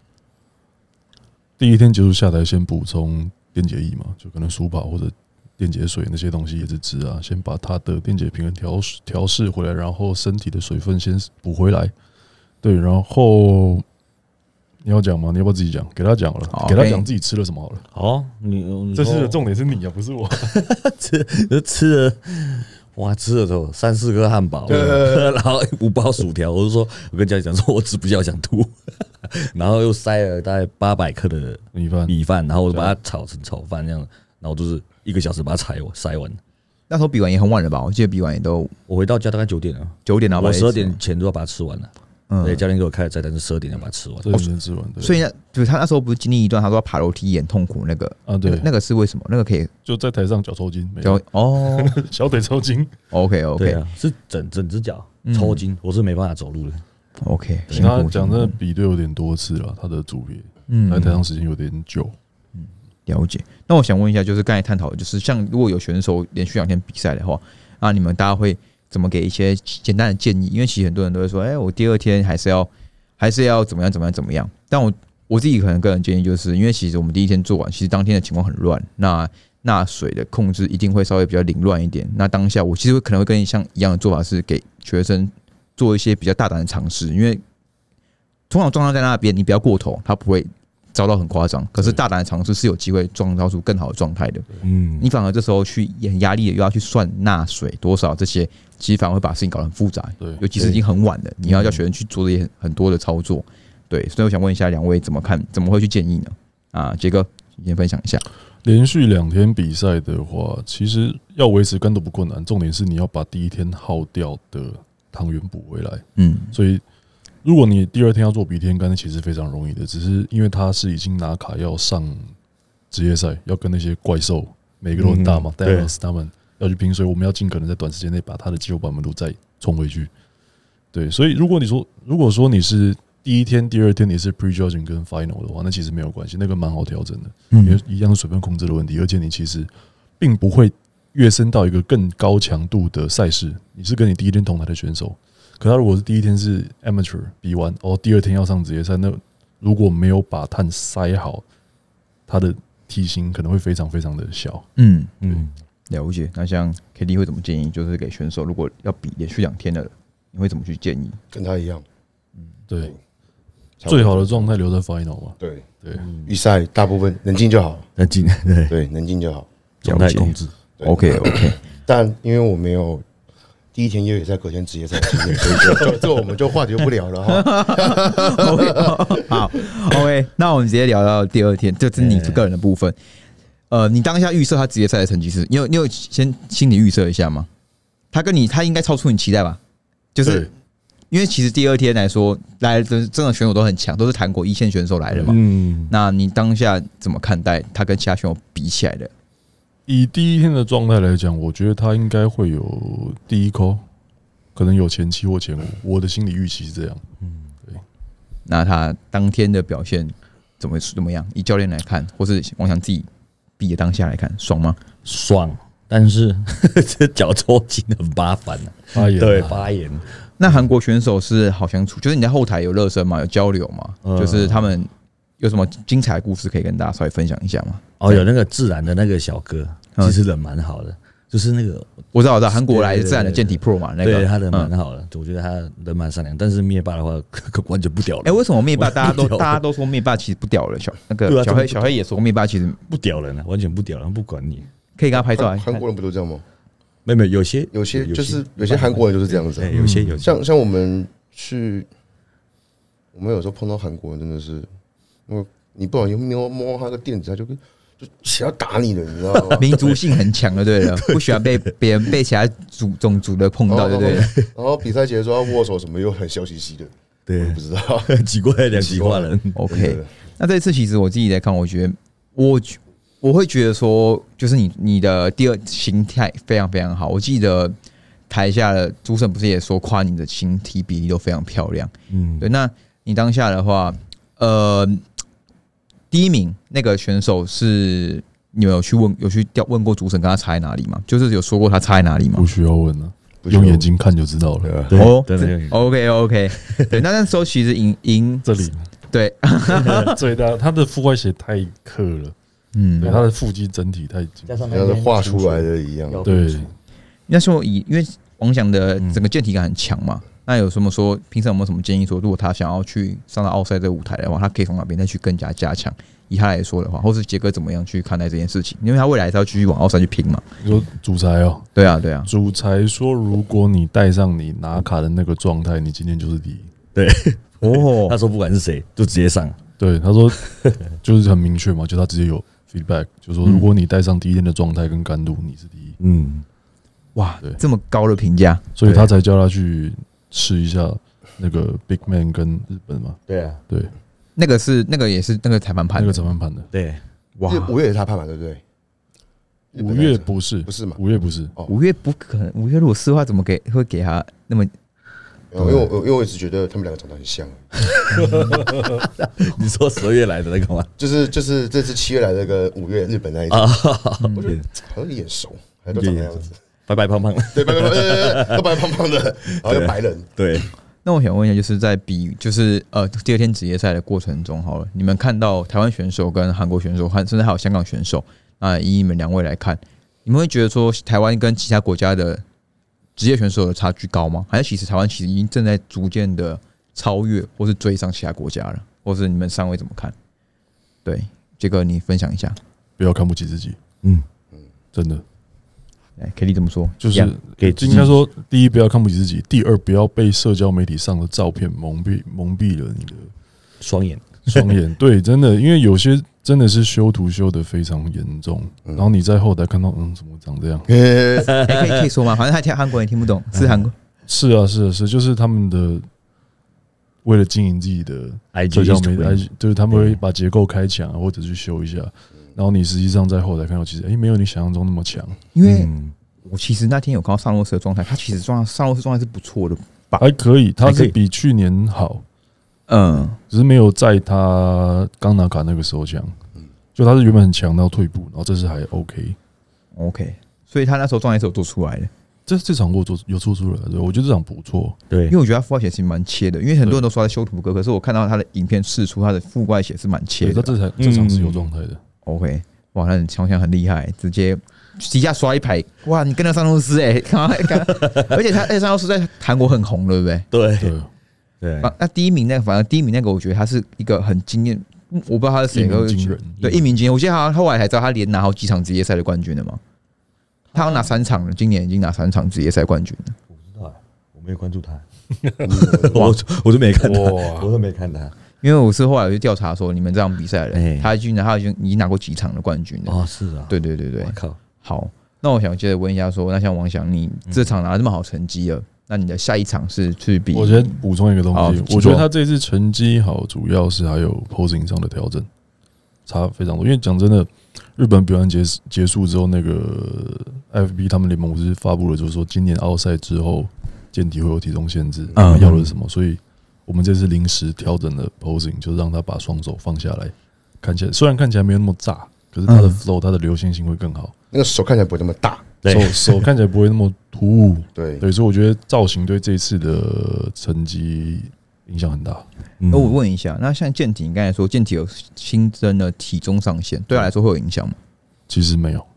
第一天结束下来，先补充电解液嘛，就可能舒跑或者电解水那些东西也是汁啊，先把它的电解平衡调调试回来，然后身体的水分先补回来。对，然后你要讲吗？你要不要自己讲？给他讲好了，给他讲自己吃了什么好了。 好，你这次的重点是你啊，不是我。 吃吃了，哇，吃了都三四个汉堡，然后五包薯条。我就说，我跟家里讲说，我吃不下想吐，然后又塞了大概八百克的米饭， 米饭，然后我把它炒成炒饭这样，然后就是一个小时把它塞塞完。 那时候比完也很晚了吧？我记得比完也都， 我回到家大概九点了， 九点然后我十二点前就要把它吃完了。嗯，对，教练给我开的菜单是十二点要把它吃完， 对，先吃完。对， 所以呢，就是他那时候不是经历一段，他说爬楼梯很痛苦那个啊，对， 那个是为什么？那个可以就在台上脚抽筋， 脚哦， 小腿抽筋。 OK OK， 啊，是整整只脚抽筋，我是没办法走路的。 OK， 他讲真的比对有点多次了，他的组别，嗯，在台上时间有点久。 嗯，了解。那我想问一下，就是刚才探讨的，就是像如果有选手连续两天比赛的话，啊，你们大家会怎么给一些简单的建议？因为其实很多人都会说，哎、欸，我第二天还是要。还是要怎么样怎么样怎么样？但我我自己可能个人建议就是，因为其实我们第一天做完，其实当天的情况很乱，那钠水的控制一定会稍微比较凌乱一点。那当下我其实可能会跟你像一样的做法，是给学生做一些比较大胆的尝试，因为通常状态在那边，你不要过头，它不会糟到很夸张。可是大胆的尝试是有机会创造出更好的状态的。嗯，你反而这时候去很压力的，又要去算钠水多少这些。其实反而会把事情搞得很复杂，尤其是已经很晚了，你要叫学生去做这些很多的操作，对，所以我想问一下两位怎么看，怎么会去建议呢？啊，杰哥，你先分享一下。 连续两天比赛的话，其实要维持肝都不困难，重点是你要把第一天耗掉的糖原补回来。嗯，所以如果你第二天要做比天肝，其实非常容易的，只是因为他是已经拿卡要上职业赛，要跟那些怪兽每个都很大嘛，戴尔斯他们。要去拼，所以我们要尽可能在短时间内把他的肌肉饱满度再冲回去。对，所以如果你说，如果说你是第一天、第二天你是 prejudging 跟 final 的话，那其实没有关系，那个蛮好调整的，因为一样是水分控制的问题，而且你其实并不会跃升到一个更高强度的赛事。你是跟你第一天同台的选手，可他如果是第一天是 amateur 比完，哦，第二天要上职业赛，那如果没有把碳塞好，他的体型可能会非常非常的小。嗯嗯。 了解，那像 K D 会怎么建议？就是给选手如果要比连续两天的，你会怎么去建议？ 跟他一样， 嗯，对，最好的状态留在 final 嘛。 对对，预赛大部分冷静就好， 冷静，对对，冷静就好， 状态控制。 OK OK， 但因为我没有第一天也有在隔天职业赛经验，所以这我们就话题就不聊了哈。 OK， 好 ，OK， 那我们直接聊到第二天，这是你个人的部分。呃，你当下预设他职业赛的成绩是，你有你有先心理预设一下吗？他跟你他应该超出你期待吧？就是因为其实第二天来说来的真的选手都很强，都是韩国一线选手来的嘛。嗯，那你当下怎么看待他跟其他选手比起来的？ 以第一天的状态来讲，我觉得他应该会有第一扣，可能有前七或前五。我的心理预期是这样。嗯，对。 那他当天的表现怎么怎么样？以教练来看，或是王翔自己比的当下来看，爽吗？ 爽，但是这脚抽筋很麻烦啊， 发炎对发炎。 那韩国选手是好相处，就是你在后台有热身嘛，有交流嘛，嗯、就是他们有什么精彩的故事可以跟大家稍微分享一下吗？ 哦，有那个自然的那个小哥，其实人蛮好的。 就是那个我知道，我知道，韩国来自然的健体 Pro 嘛，那个对他人蛮好的，嗯、我觉得他人蛮善良。但是灭霸的话，完全不屌了。 哎、欸，为什么灭霸大家都大家都说灭霸其实不屌了？小那个小黑、啊、小黑也说灭霸其实不屌人了，完全不屌人，不管你。 可以跟他拍照啊。 韩国人不都这样吗？ 没有没有，有些有些就是有些韩国人就是这样子、啊， 有些有些像像我们去，我们有时候碰到韩国人真的是，因为你不小心摸摸他个垫子，他就跟就想要打你的，你知道吗？ 民族性很强的，对了，不喜欢被别人被其他族种族的碰到，对不对？ 然後比賽結束要握手什麼又很笑嘻嘻的， 對， 不知道很奇怪的兩極化人。 OK， 那這次其實我自己來看，我覺得我我會覺得說，就是你你的第二形態非常非常好。我記得台下的主審不是也說，誇你的形體比例都非常漂亮。嗯，對。那你當下的話，呃，第一名那個選手是你們有去問有去調問過主審，跟他差在哪裡嗎？就是有說過他差在哪裡嗎？ 不需要問啊，用眼睛看就知道了。 哦 ，OK OK， 對，那那時候其實贏贏這裡。 对， 最大他的腹外斜太克了，嗯，对，他的腹肌整體太緊， 像是畫出來的一樣。 對， 那時候以因為王翔的整個健體感很強嘛，那有什麼說評審有沒有什麼建議說，如果他想要去上到奧賽這個舞台的話，他可以從哪邊再去更加加強？以他來說的話，或是傑哥怎麼樣去看待這件事情？因為他未來是要繼續往奧賽去拼嘛。 你說主裁哦， 對啊，對啊， 主裁說，如果你帶上你拿卡的那個狀態，你今天就是第一。 對。哦，他說不管是誰就直接上。 對，他說就是很明確嘛，就他直接有 feedback，就說如果你帶上第一天的狀態跟乾度，你是第一。嗯， 哇，對，這麼高的評價， 所以他才叫他去試一下那個 Big Man 跟日本嘛。 對啊， 對， 那個是那個也是那個裁判判， 那個裁判判的。 對， 哇，五月也是他判嘛，對不對？ 五月不是， 不是嘛？ 五月不是， 五月不可能，五月如果是的話，怎麼給會給他那麼？ 因為我因為我一直覺得他們兩個長得很像。 你說十二月來的那個嗎？ 就是就是這次七月來的那個五月日本那一次，我覺得好像眼熟，還都長那樣子， 白白胖胖的， 對，白白胖胖，都白白胖胖的，然後又白人。 對。 那我想問一下，就是在比就是呃第二天職業賽的過程中，好了，你們看到台灣選手跟韓國選手，甚至還有香港選手，那以你們兩位來看，你們會覺得說台灣跟其他國家的職業選手的差距高嗎？還是其實台灣其實已經正在逐漸的超越或是追上其他國家了？或是你們三位怎麼看？對，傑哥你分享一下。 不要看不起自己，嗯嗯，真的。 哎 ，K D 怎麼說？ 就是應該說，第一不要看不起自己，第二不要被社交媒體上的照片蒙蔽蒙蔽了你的雙眼。 雙眼，對，真的，因為有些真的是修圖修得非常嚴重，然後你在後台看到，嗯，怎麼長這樣？ 哎，可以可以說嗎？反正他聽韓國人聽不懂，是韓國。 是啊，是啊，是，就是他們的為了經營自己的社交媒體，就是他們會把結構開強，或者去修一下。然後你實際上在後台看到，其實哎、欸，沒有你想象中那麼強。 因為我其實那天有看到上洛斯的狀態，他其實狀上洛斯狀態是不錯的吧？ 還可以，他是比去年好，嗯，只是沒有在他剛拿卡那個時候強。就他是原本很強到退步，然後這次還 OK，OK， OK， 所以他那時候狀態是有做出來的。 這這場我做有做出來的，我覺得這場不錯。 對，因為我覺得他腹外血其實蠻切的，因為很多人都說他修圖哥，可是我看到他的影片釋出，他的腹外血是蠻切的。 他這場這場是有狀態的。 OK， 哇，那你強強很厲害，直接底下刷一排，哇，你跟得上洛斯哎，而且他而且上洛斯在韓國很紅，對不對？ 對對對。那第一名那個，反正第一名那個，我覺得他是一個很驚豔，我不知道他是誰， 一鳴驚人。 對，一鳴驚人。我記得好像後來才知道他連拿好幾場職業賽的冠軍了嘛，他好像拿三場了，今年已經拿三場職業賽冠軍了。 我不知道，我沒有關注他，我我就沒看他，我都沒看他。 因為我是後來去調查說，你們這場比賽了，他已經他已經已經拿過幾場的冠軍了。 哦，是啊， 對對對對。 靠， 好，那我想接着問一下說，那像王翔，你這場拿這麼好成績了，那你的下一場是去比？ 我先補充一個東西，我覺得他這次成績好，主要是還有 posing 上的調整，差非常多。因為講真的，日本表演結結束之後，那個 F B 他們聯盟不是發布了，就是說今年奧賽之後健體會有體重限制，嗯，要的是什麼？所以我們這次臨時調整了 posing，就是讓他把雙手放下來，看起來雖然看起來沒有那麼炸，可是他的 flow，它的流線性會更好。 那個手看起來不會那麼大， 手手看起來不會那麼突兀。 對對，所以我覺得造型對這一次的成績影響很大。 那我問一下，那像健體，你剛才說健體有新增了體重上限，對他來說會有影響嗎？ 其實沒有，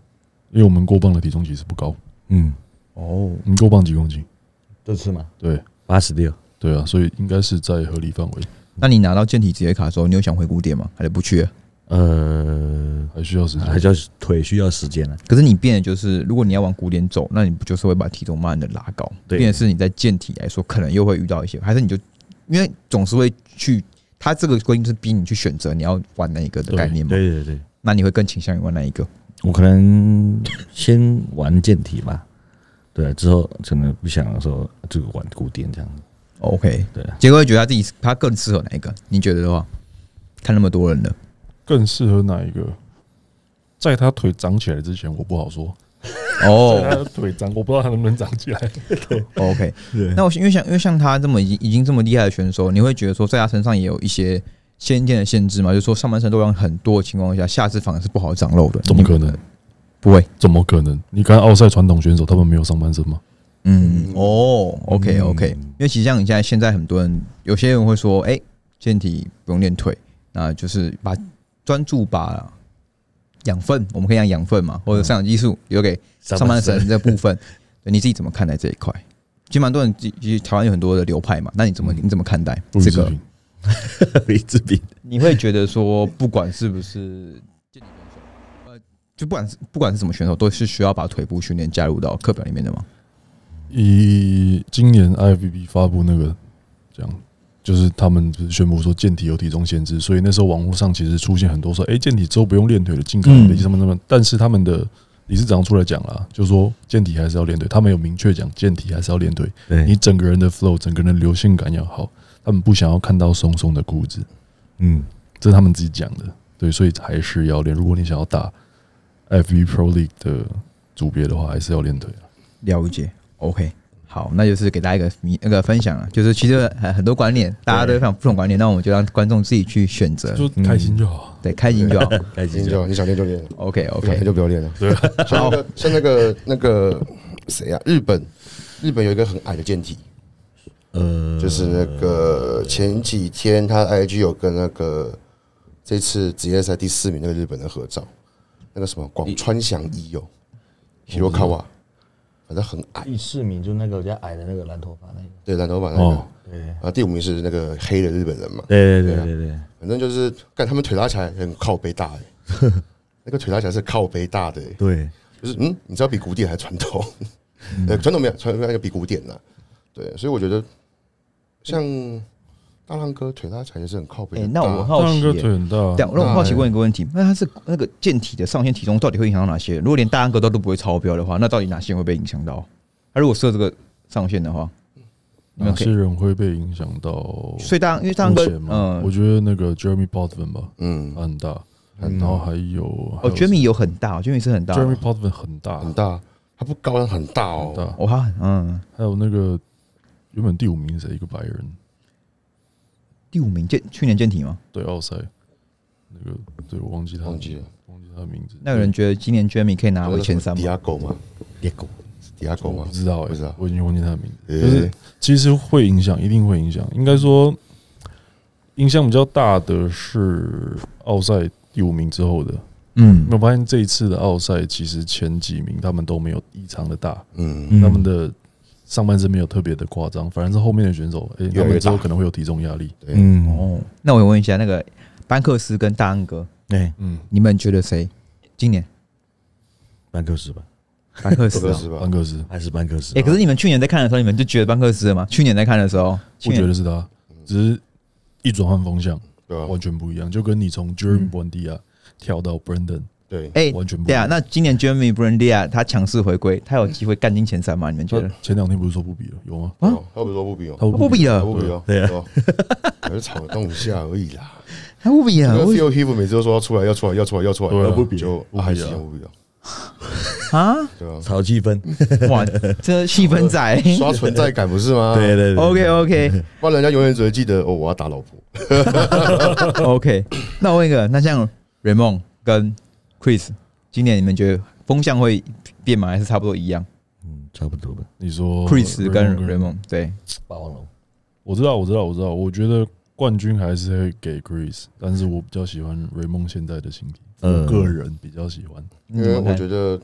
因为我们过磅的体重其实不高。 嗯， 哦， 你过磅几公斤？ 这次吗？ 对， 八十六。 对啊，所以应该是在合理范围。 那你拿到健体职业卡的时候，你有想回古典吗？还是不去了？ 呃， 还需要时间， 还需要腿需要时间了。 可是你变的就是，如果你要往古典走，那你不就是会把体重慢慢的拉高？ 对， 变的是你在健体来说，可能又会遇到一些，还是你就因为总是会去，他这个规定是逼你去选择你要玩哪一个的概念嘛？ 对对对， 那你会更倾向于玩哪一个？ 我可能先玩健体吧，对，之后可能不想说就玩古典这样。 OK， 对， 结果会觉得他自己他更适合哪一个？你觉得的话，看那么多人的， 更适合哪一个？在他腿长起来之前，我不好说。 哦， 在他的腿长，我不知道他能不能长起来。 对 ，OK， 那我因为像因为像他这么已经已经这么厉害的选手，你会觉得说在他身上也有一些先天的限制嘛？就是说上半身都量很多的情况下，下肢反而是不好长肉的。 怎么可能？ 不会？ 怎么可能？你看奥赛传统选手，他们没有上半身吗？ 嗯，哦 ，OK OK，因为其实像你现在现在很多人，有些人会说，哎、欸，健体不用练腿，那就是把专注把养分，我们可以讲养分嘛，或者上场激素留给上半身这部分。对，你自己怎么看待这一块？其实蛮多人，其实台湾有很多的流派嘛，那你怎么你怎么看待这个？ 李志斌， 你会觉得说，不管是不是健体选手，呃，就不管是不管是什么选手，都是需要把腿部训练加入到课表里面的吗？ 以今年 I F B B 发布那个这样，就是他们不是宣布说健体有体重限制，所以那时候网络上其实出现很多说，哎、欸，健体之后不用练腿了，尽可能的什么什么。但是他们的理事长出来讲了，就是说健体还是要练腿，他们有明确讲健体还是要练腿，你整个人的 flow， 整个人的流线感要好，他们不想要看到松松的裤子，嗯，这是他们自己讲的，对，所以还是要练。如果你想要打 F B Pro League 的组别的话，还是要练腿啊。 了解。OK， 好，那就是给大家一个那个分享了，就是其实很多观念，大家都有不同观念，那我们就让观众自己去选择， 就开心就好， 嗯、对，开心就好， 开心就好，你想练就练 ，OK OK， 不想练就不要练了。 对， 像那个像那个那个谁啊，日本日本有一个很矮的健体，呃，就是那个前几天他 I G 有跟那个这次职业赛第四名那个日本的合照，那个什么广川祥一哦，Hirokawa。反正很矮， 第四名就那个比较矮的那个蓝头发那个， 对，蓝头发那个， 哦、对， 然后第五名是那个黑的日本人嘛， 对对对对对， 反正就是干他们腿拉起来很靠背大哎，那个腿拉起来是靠背大的，对，就是嗯，你知道比古典还传统，呃，传统没有，传统比古典呐，对，所以我觉得像大浪哥腿拉起来也是很靠背。 哎，那我好奇， 大浪哥腿很大， 对，那我好奇问一个问题，那他是那个健体的上限体重到底会影响到哪些？如果连大浪哥都都不会超标的话，那到底哪些会被影响到？他如果设这个上限的话， 哪些人会被影响到？ 所以大因为大浪哥， 嗯，我觉得那个 Jeremy Potvin 吧，嗯，他很大，然后还有哦 ，Jeremy 有很大 ，Jeremy 是很大 ，Jeremy Potvin 很大很大，他不高但很大哦， 大， 哦，他嗯， 还有那个原本第五名是谁？一个白人。 第五名健去年健体吗？ 对，奥赛那个，对我忘记他忘记了， 忘记他的名字。 那有人觉得今年 Jeremy 可以拿回前三吗？ 迪亚狗吗？ 迪亚狗， 迪亚狗吗？ 不知道哎、 不知道， 我已经忘记他的名字。就是其实会影响，一定会影响。应该说，影响比较大的是奥赛第五名之后的。嗯，有发现这一次的奥赛，其实前几名他们都没有异常的大。嗯，他们的上半身没有特别的夸张，反而是后面的选手，哎、欸，他们之后可能会有体重压力。 嗯哦，那我问一下，那个班克斯跟大安哥， 对， 嗯，你们觉得谁今年？ 班克斯吧， 班克斯吧， 班克斯还是班克斯？ 哎、欸，可是你们去年在看的时候，你们就觉得班克斯了吗？去年在看的时候， 我觉得是他，只是一转换风向， 对啊， 完全不一样，就跟你从 Jeremy Buendia 跳到 Brandon。 对， 哎、欸， 完全不对啊。那今年 Jeremy Buendia 他强势回归，他有机会干进前三吗？你们觉得？ 前两天不是说不比了，有吗？ 啊，他不是说不比哦， 他不比了， 不比哦， 对啊， 只是吵动一下而已啦。 他不比啊 ，Phil Heath 每次都说要出来，要出来，要出来，要出来， 对啊， 不比就还是不比啊， 对啊， 炒气氛， 哇，这气氛仔刷存在感不是吗？ 对对对 ，OK OK， 不然人家永远只会记得哦，我要打老婆。 OK， 那我问一个，那像 Raymond 跟 Chris。今年你们觉得风向会变吗？还是差不多一样？ 嗯，差不多吧。 你说 Chris 跟 Raymond 对， 霸王龙， 我知道，我知道，我知道。我觉得冠军还是会给 Chris， 但是我比较喜欢 Raymond 现在的形体，我个人比较喜欢， 因为我觉得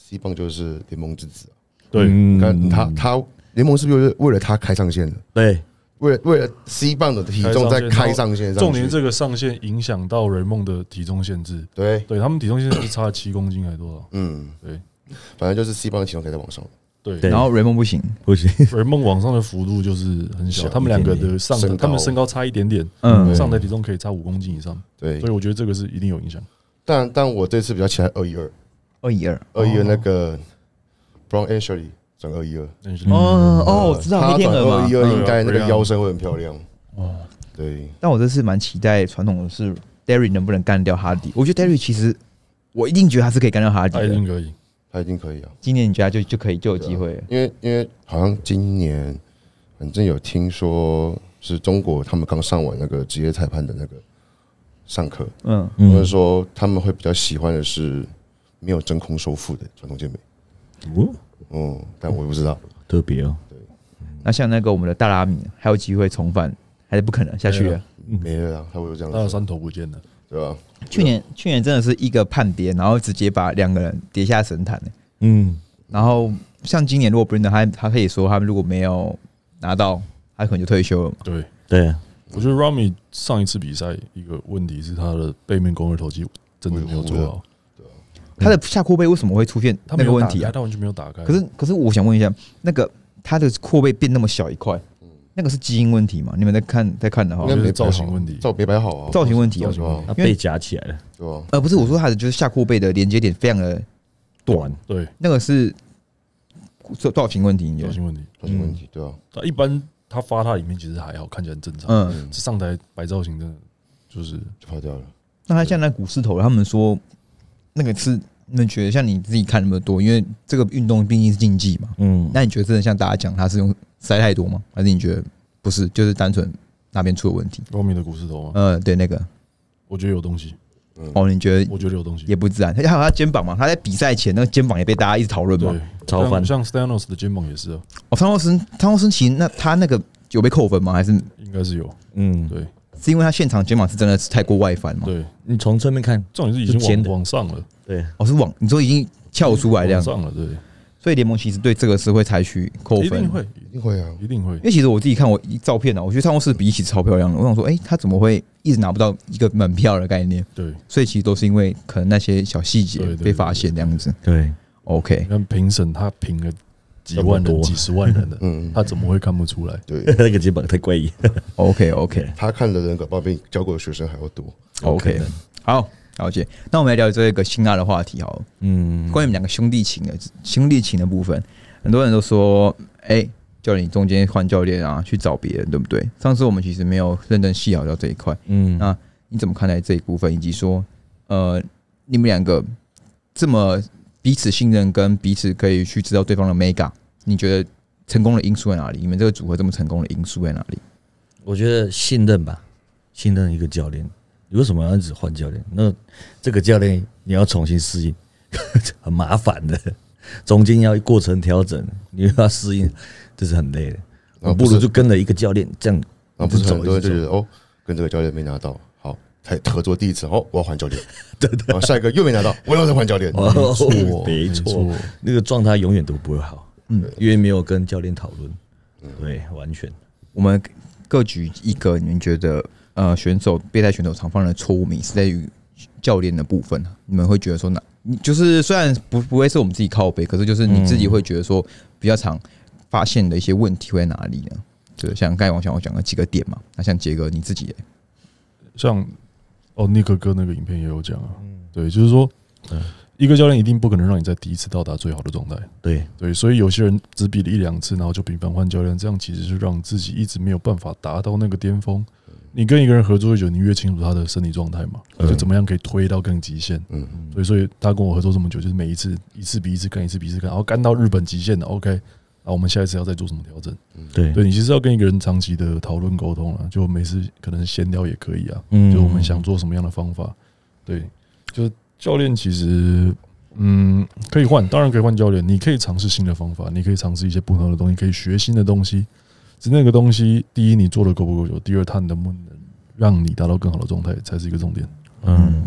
，C 棒就是联盟之子啊。 对， 你看他他联盟是不是为了他开上线了？ 对， 为了为了 C 棒的体重在开上线上去， 重点这个上限影响到雷梦的体重限制。 对， 对他们体重限制是差了七公斤还是多少？ 嗯， 对， 反正就是 C 棒的体重可以在往上。 对， 对然后雷蒙不行， 不行， 雷梦往上的幅度就是很小， 小他们两个的上身高他们身高差一点点， 嗯， 上台体重可以差五公斤以上。 对， 所以我觉得这个是一定有影响。 但但我这次比较期待二一二， 二一二， 二一二那个 Brown Ashley 转二一二， 哦哦，我知道黑他转天鹅嘛二一，二应该嗯那个腰身会很漂亮。 哦， 对， 但我这次蛮期待传统的是 Derry 能不能干掉哈迪。我觉得 Derry 其实我一定觉得他是可以干掉哈迪的， 他一定可以。 他一定可以啊。 今年你觉得他就就可以就有机会了？ 因为因为好像今年反正有听说是中国他们刚上完那个职业裁判的那个上课， 嗯， 或者说他们会比较喜欢的是没有真空收腹的传统健美。 哦， 嗯，但我不知道。 特别哦， 那像那个我们的大拉米还有机会重返，还是不可能下去了？ 没了啦，他会有这样子， 他的山头不见了。 对吧？ 去年去年真的是一个叛跌，然后直接把两个人跌下神坛、欸、 嗯， 然后像今年如果 Brandon 他他可以说他们如果没有拿到，他可能就退休了嘛。 对， 对啊， 我觉得 Rami 上一次比赛一个问题是他的背面肱二头肌真的没有做好， 他的下阔背为什么会出现他没有那个问题啊？ 他完全没有打开。 可是可是我想问一下，那个他的阔背变那么小一块，那个是基因问题吗？你们在看在看的话应该，没我觉得造型问题， 照没摆好啊， 造型问题啊造型问题他背夹起来了， 对吧？ 呃，不是我说他的就是下阔背的连接点非常的短， 对那个是造型问题，你觉得？ 造型问题。 造型问题，对吧？ 他一般他发他里面其实还好，看起来很正常。 嗯， 这上台摆造型真的就是就跑掉了。 那他像那股四头，他们说那个是你们觉得像你自己看那么多，因为这个运动毕竟是竞技嘛。 嗯， 那你觉得真的像大家讲他是用塞太多吗？还是你觉得不是，就是单纯那边出了问题？ Rami 的股四头吗？ 呃，对，那个我觉得有东西， 哦，你觉得我觉得有东西。 也不自然？还有他肩膀嘛，他在比赛前那个肩膀也被大家一直讨论嘛对。， 超凡像像 Stanos 的肩膀也是啊， 哦，汤沃森，汤沃森其实那他那个有被扣分吗？还是应该是有。 嗯， 对是因为他现场肩膀是真的是太过外翻嘛？ 对， 你从侧面看， 重点是已是尖的经往往上了， 对， 哦，是往你说已经翘出来这样， 往上了，对， 所以联盟其实对这个是会采取扣分， 一定会， 一定会啊， 一定会因。为其实我自己看我照片啊，我觉得汤沃斯比起超漂亮的，我想说，哎、他怎么会一直拿不到一个门票的概念？ 对， 所以其实都是因为可能那些小细节对对对被发现这样子。 对， OK， 你看评审他评了几万人、 这么多几十万人的， 嗯， 他怎么会看不出来？ 对， 那个肩膀太怪异， OK OK 他看的人搞不好比教过的学生还要多。 OK，好，了解。那我们来聊这个辛辣的话题好了， 嗯， 关于你们两个兄弟情的兄弟情的部分，很多人都说，哎、叫你中间换教练啊，去找别人，对不对？上次我们其实没有认真细聊到这一块， 嗯， 那你怎么看待这一部分，以及说，呃，你们两个这么彼此信任，跟彼此可以去知道对方的 mega， 你觉得成功的因素在哪里？你们这个组合这么成功的因素在哪里？ 我觉得信任吧，信任一个教练，你为什么要一直换教练？那这个教练你要重新适应，很麻烦的，中间要过程调整，你又要适应，这是很累的。我不如就跟了一个教练，这样然后不是很多人就觉走得哦，跟这个教练没拿到，好，才合作第一次，哦，我要换教练，对对，然后下一个又没拿到，我要再换教练， 哦，没没错错， 那个状态永远都不会好，嗯，因为没有跟教练讨论，对，完全。 我们各举一个，你们觉得呃选手备赛选手常犯的错误名是在于教练的部分，你们会觉得说哪？就是虽然不不会是我们自己靠背，可是就是你自己会觉得说比较常发现的一些问题会在哪里呢？就是像刚才王想我讲的几个点嘛，那像杰哥你自己耶， 像哦，尼克哥那个影片也有讲啊，对，就是说，一个教练一定不可能让你在第一次到达最好的状态， 对对，所以有些人只比了一两次，然后就频繁换教练，这样其实是让自己一直没有办法达到那个巅峰。你跟一个人合作越久，你越清楚他的身体状态嘛，就怎么样可以推到更极限。 嗯， 所以，所以他跟我合作这么久，就是每一次一次比一次干，一次比一次干，然后干到日本极限的 OK， 然后我们下一次要再做什么调整？ 对对你其实要跟一个人长期的讨论沟通了，就每次可能闲聊也可以啊， 嗯就我们想做什么样的方法，对，就是教练其实嗯可以换，当然可以换教练，你可以尝试新的方法，你可以尝试一些不同的东西，可以学新的东西。只是那个东西，第一你做的够不够久，第二它能不能让你达到更好的状态，才是一个重点。 嗯，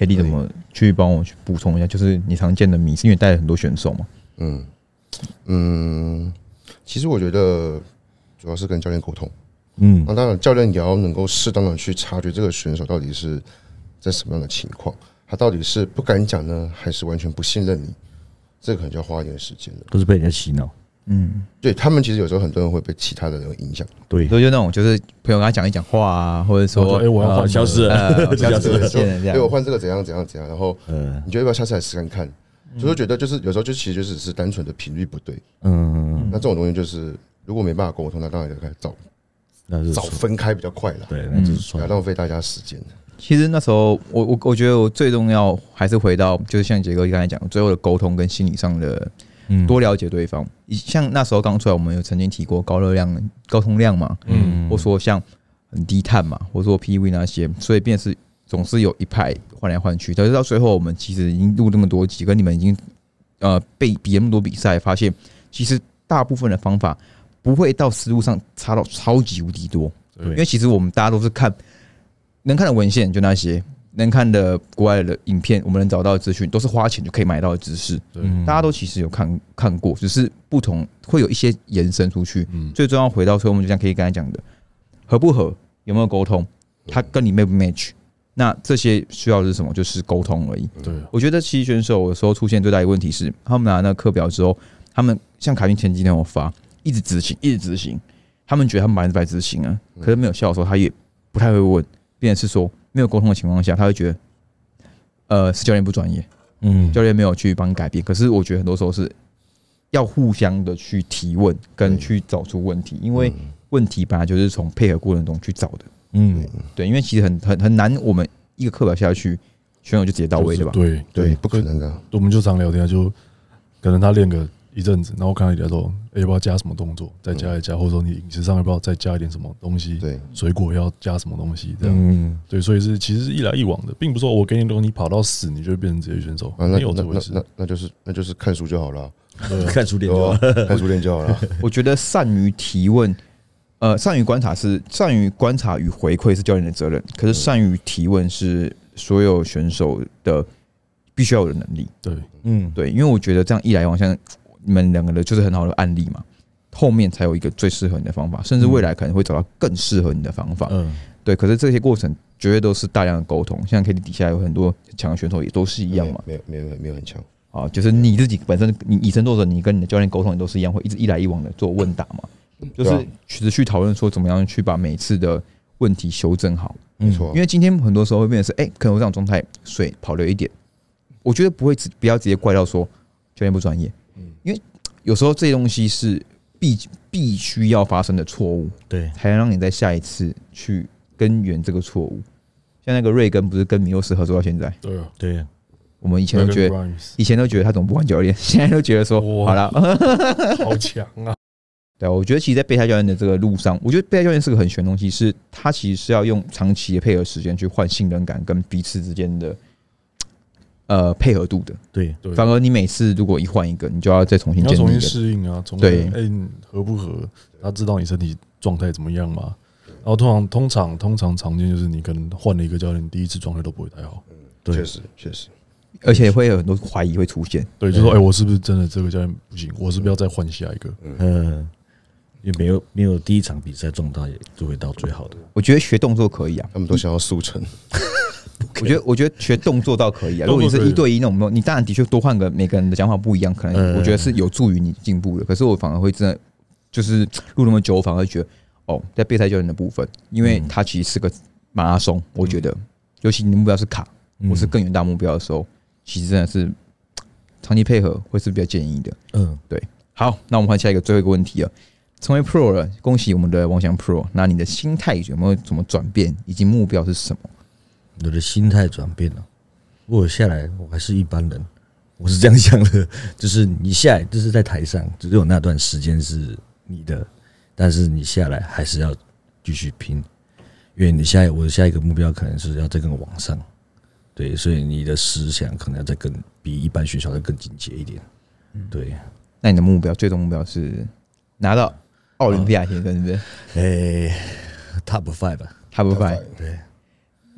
K D 怎么去帮我去补充一下？就是你常见的迷思，因为带了很多选手嘛。 嗯嗯，其实我觉得主要是跟教练沟通。嗯，那当然，教练也要能够适当的去察觉这个选手到底是在什么样的情况，他到底是不敢讲呢，还是完全不信任你？这个可能就要花一点时间了。 都是被人家洗脑。 嗯，对他们其实有时候很多人会被其他的人影响。 对， 所以就那种就是朋友跟他讲一讲话啊，或者说哎、欸、我要换消失了， 消失了，这样。 对我换这个怎样怎样怎样，然后你就要不要下次来试看看？就是觉得就是有时候就其实就只是单纯的频率不对。嗯，那这种东西就是如果没办法沟通，那当然就该找找分开比较快了。 对，那就是不要浪费大家时间。 其实那时候我我我觉得我最重要还是回到就是像杰哥刚才讲最后的沟通跟心理上的多了解对方。像那时候刚出来，我们有曾经提过高热量、高通量嘛，嗯，或说像很低碳嘛，或说 P V 那些，所以便是总是有一派换来换去。但是到最后，我们其实已经录那么多集，跟你们已经呃被比那么多比赛，发现其实大部分的方法不会到思路上差到超级无敌多，因为其实我们大家都是看。能看的文献就那些，能看的国外的影片，我们能找到的资讯都是花钱就可以买到的知识，大家都其实有看看过，只是不同会有一些延伸出去。最重要回到，所以我们就像可以刚才讲的，合不合，有没有沟通，他跟你 match 不 match， 那这些需要的是什么？就是沟通而已。 对， 我觉得其实选手有时候出现最大的问题是，他们拿那个课表之后，他们像凯宾前几天有发，一直执行，一直执行，他们觉得他们百分之百执行啊，可是没有效的时候，他也不太会问。变成是说没有沟通的情况下，他会觉得，呃，是教练不专业，嗯，教练没有去帮你改变。可是我觉得很多时候是要互相的去提问，跟去找出问题，因为问题本来就是从配合过程中去找的，嗯，对，因为其实很很很难，我们一个课表下去，选手就直接到位的吧？ 对对，不可能的。 我们就常聊天，就可能他练个一阵子，然后看到你说，欸，要不要加什么动作，再加一加，或者说你饮食上要不要再加一点什么东西，对，水果要加什么东西，这样，嗯，对，所以是其实是一来一往的，并不是说我给你东西跑到死，你就会变成职业选手，没有这回事。 那那就是那就是看书就好了， 看书练就好了， 看书练就好了。 我觉得善于提问，呃，善于观察是善于观察与回馈是教练的责任，可是善于提问是所有选手的必须要有的能力。 对， 嗯，对，因为我觉得这样一来往像。你们两个的就是很好的案例嘛，后面才有一个最适合你的方法，甚至未来可能会找到更适合你的方法。嗯，对。可是这些过程绝对都是大量的沟通，像 K D 底下有很多强的选手也都是一样嘛。 没有没有没有很强啊，就是你自己本身，你以身作则，你跟你的教练沟通也都是一样，会一直一来一往的做问答嘛，就是持续讨论说怎么样去把每次的问题修正好。 没错， 因为今天很多时候会变成是，哎、欸，可能我这种状态水跑流一点，我觉得不会不要直接怪到说教练不专业。因为有时候这些东西是必必须要发生的错误，对，才能让你在下一次去根源这个错误。像那个瑞根不是跟米洛斯合作到现在， 对啊， 对啊， 我们以前都觉得，以前都觉得他怎么不换教练，现在都觉得说，好了， 好强啊！ 对啊，我觉得其实，在备胎教练的这个路上，我觉得备胎教练是个很玄的东西，是他其实是要用长期的配合时间去换信任感跟彼此之间的。呃，配合度的， 对， 反而你每次如果一换一个，你就要再重新建立， 你要重新适应啊，对，哎，合不合？他知道你身体状态怎么样嘛？然后通常通常通常常见就是你可能换了一个教练，第一次状态都不会太好， 对，确实确实， 而且会有很多怀疑会出现， 对，就说哎，我是不是真的这个教练不行？我是不是要再换下一个？ 嗯，因为没有没有第一场比赛状态就会到最好的。 我觉得学动作可以啊， 他们都想要速成。 我觉得，我觉得学动作倒可以啊。如果你是一对一那种，你当然的确多换个每个人的讲法不一样，可能我觉得是有助于你进步的。可是我反而会真的就是录那么久，我反而会觉得哦，在备赛教练的部分，因为它其实是个马拉松，我觉得，尤其你的目标是卡，或是更远大目标的时候，其实真的是长期配合会是比较建议的。嗯，对。好，那我们换下一个最后一个问题了。成为 Pro 了，恭喜我们的王翔 Pro。那你的心态有没有什么转变，以及目标是什么？ 我的心态转变了，我下来我还是一般人，我是这样想的，就是你下来就是在台上，只有那段时间是你的，但是你下来还是要继续拼，因为你下我的下一个目标可能是要再更往上，对，所以你的思想可能要再更比一般选手再更进阶一点，对。 那你的目标最终目标是拿到奥林匹亚先生，是不是？ 诶 ，Top Five 吧 ，Top Five， 对。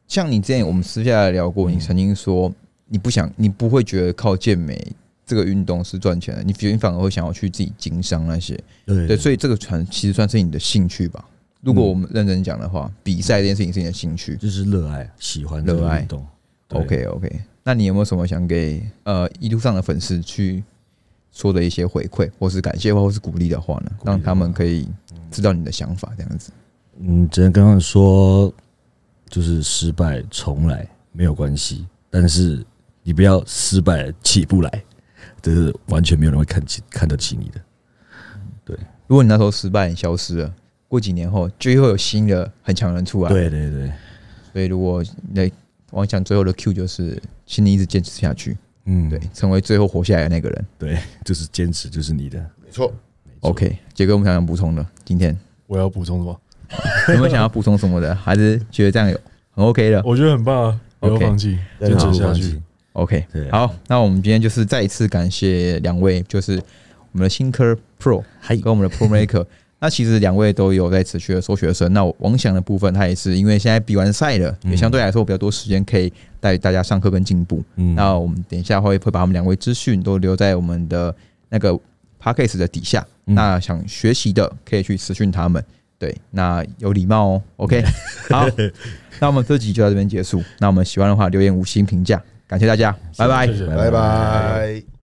像你之前我们私下聊过，你曾经说你不想，你不会觉得靠健美这个运动是赚钱的，你反而会想要去自己经商那些。 对对，所以这个传其实算是你的兴趣吧。如果我们认真讲的话，比赛这件事情是你的兴趣， 就是热爱、喜欢这个运动。 OK OK， 那你有没有什么想给呃一路上的粉丝去说的一些回馈，或是感谢话，或是鼓励的话呢？让他们可以知道你的想法，这样子。 嗯，只能跟他们说，就是失败重来没有关系，但是你不要失败了起不来，这是完全没有人会看起看得起你的。对， 如果你那时候失败，你消失了，过几年后就会有新的很强人出来。 对对对， 所以如果你我想最后的 Q 就是，请你一直坚持下去。嗯，对，成为最后活下来的那个人。 对，就是坚持，就是你的， 没错。 OK， 杰哥，我们想想补充的，今天我要补充什么？ 有没有想要补充什么的？还是觉得这样有很 OK 的？ 我觉得很棒啊，不要放弃，坚持下去。 OK， 好，那我们今天就是再一次感谢两位，就是我们的新科 Pro 跟我们的 Pro Maker。那其实两位都有在持续的收学生。那王翔的部分，他也是因为现在比完赛了，也相对来说比较多时间可以带大家上课跟进步。嗯，那我们等一下会会把他们两位资讯都留在我们的那个 Podcast 的底下。那想学习的可以去私讯他们。对，那有礼貌哦。OK， 好，那我们这集就到这边结束。那我们喜欢的话，留言五星评价，感谢大家，拜拜， 拜拜。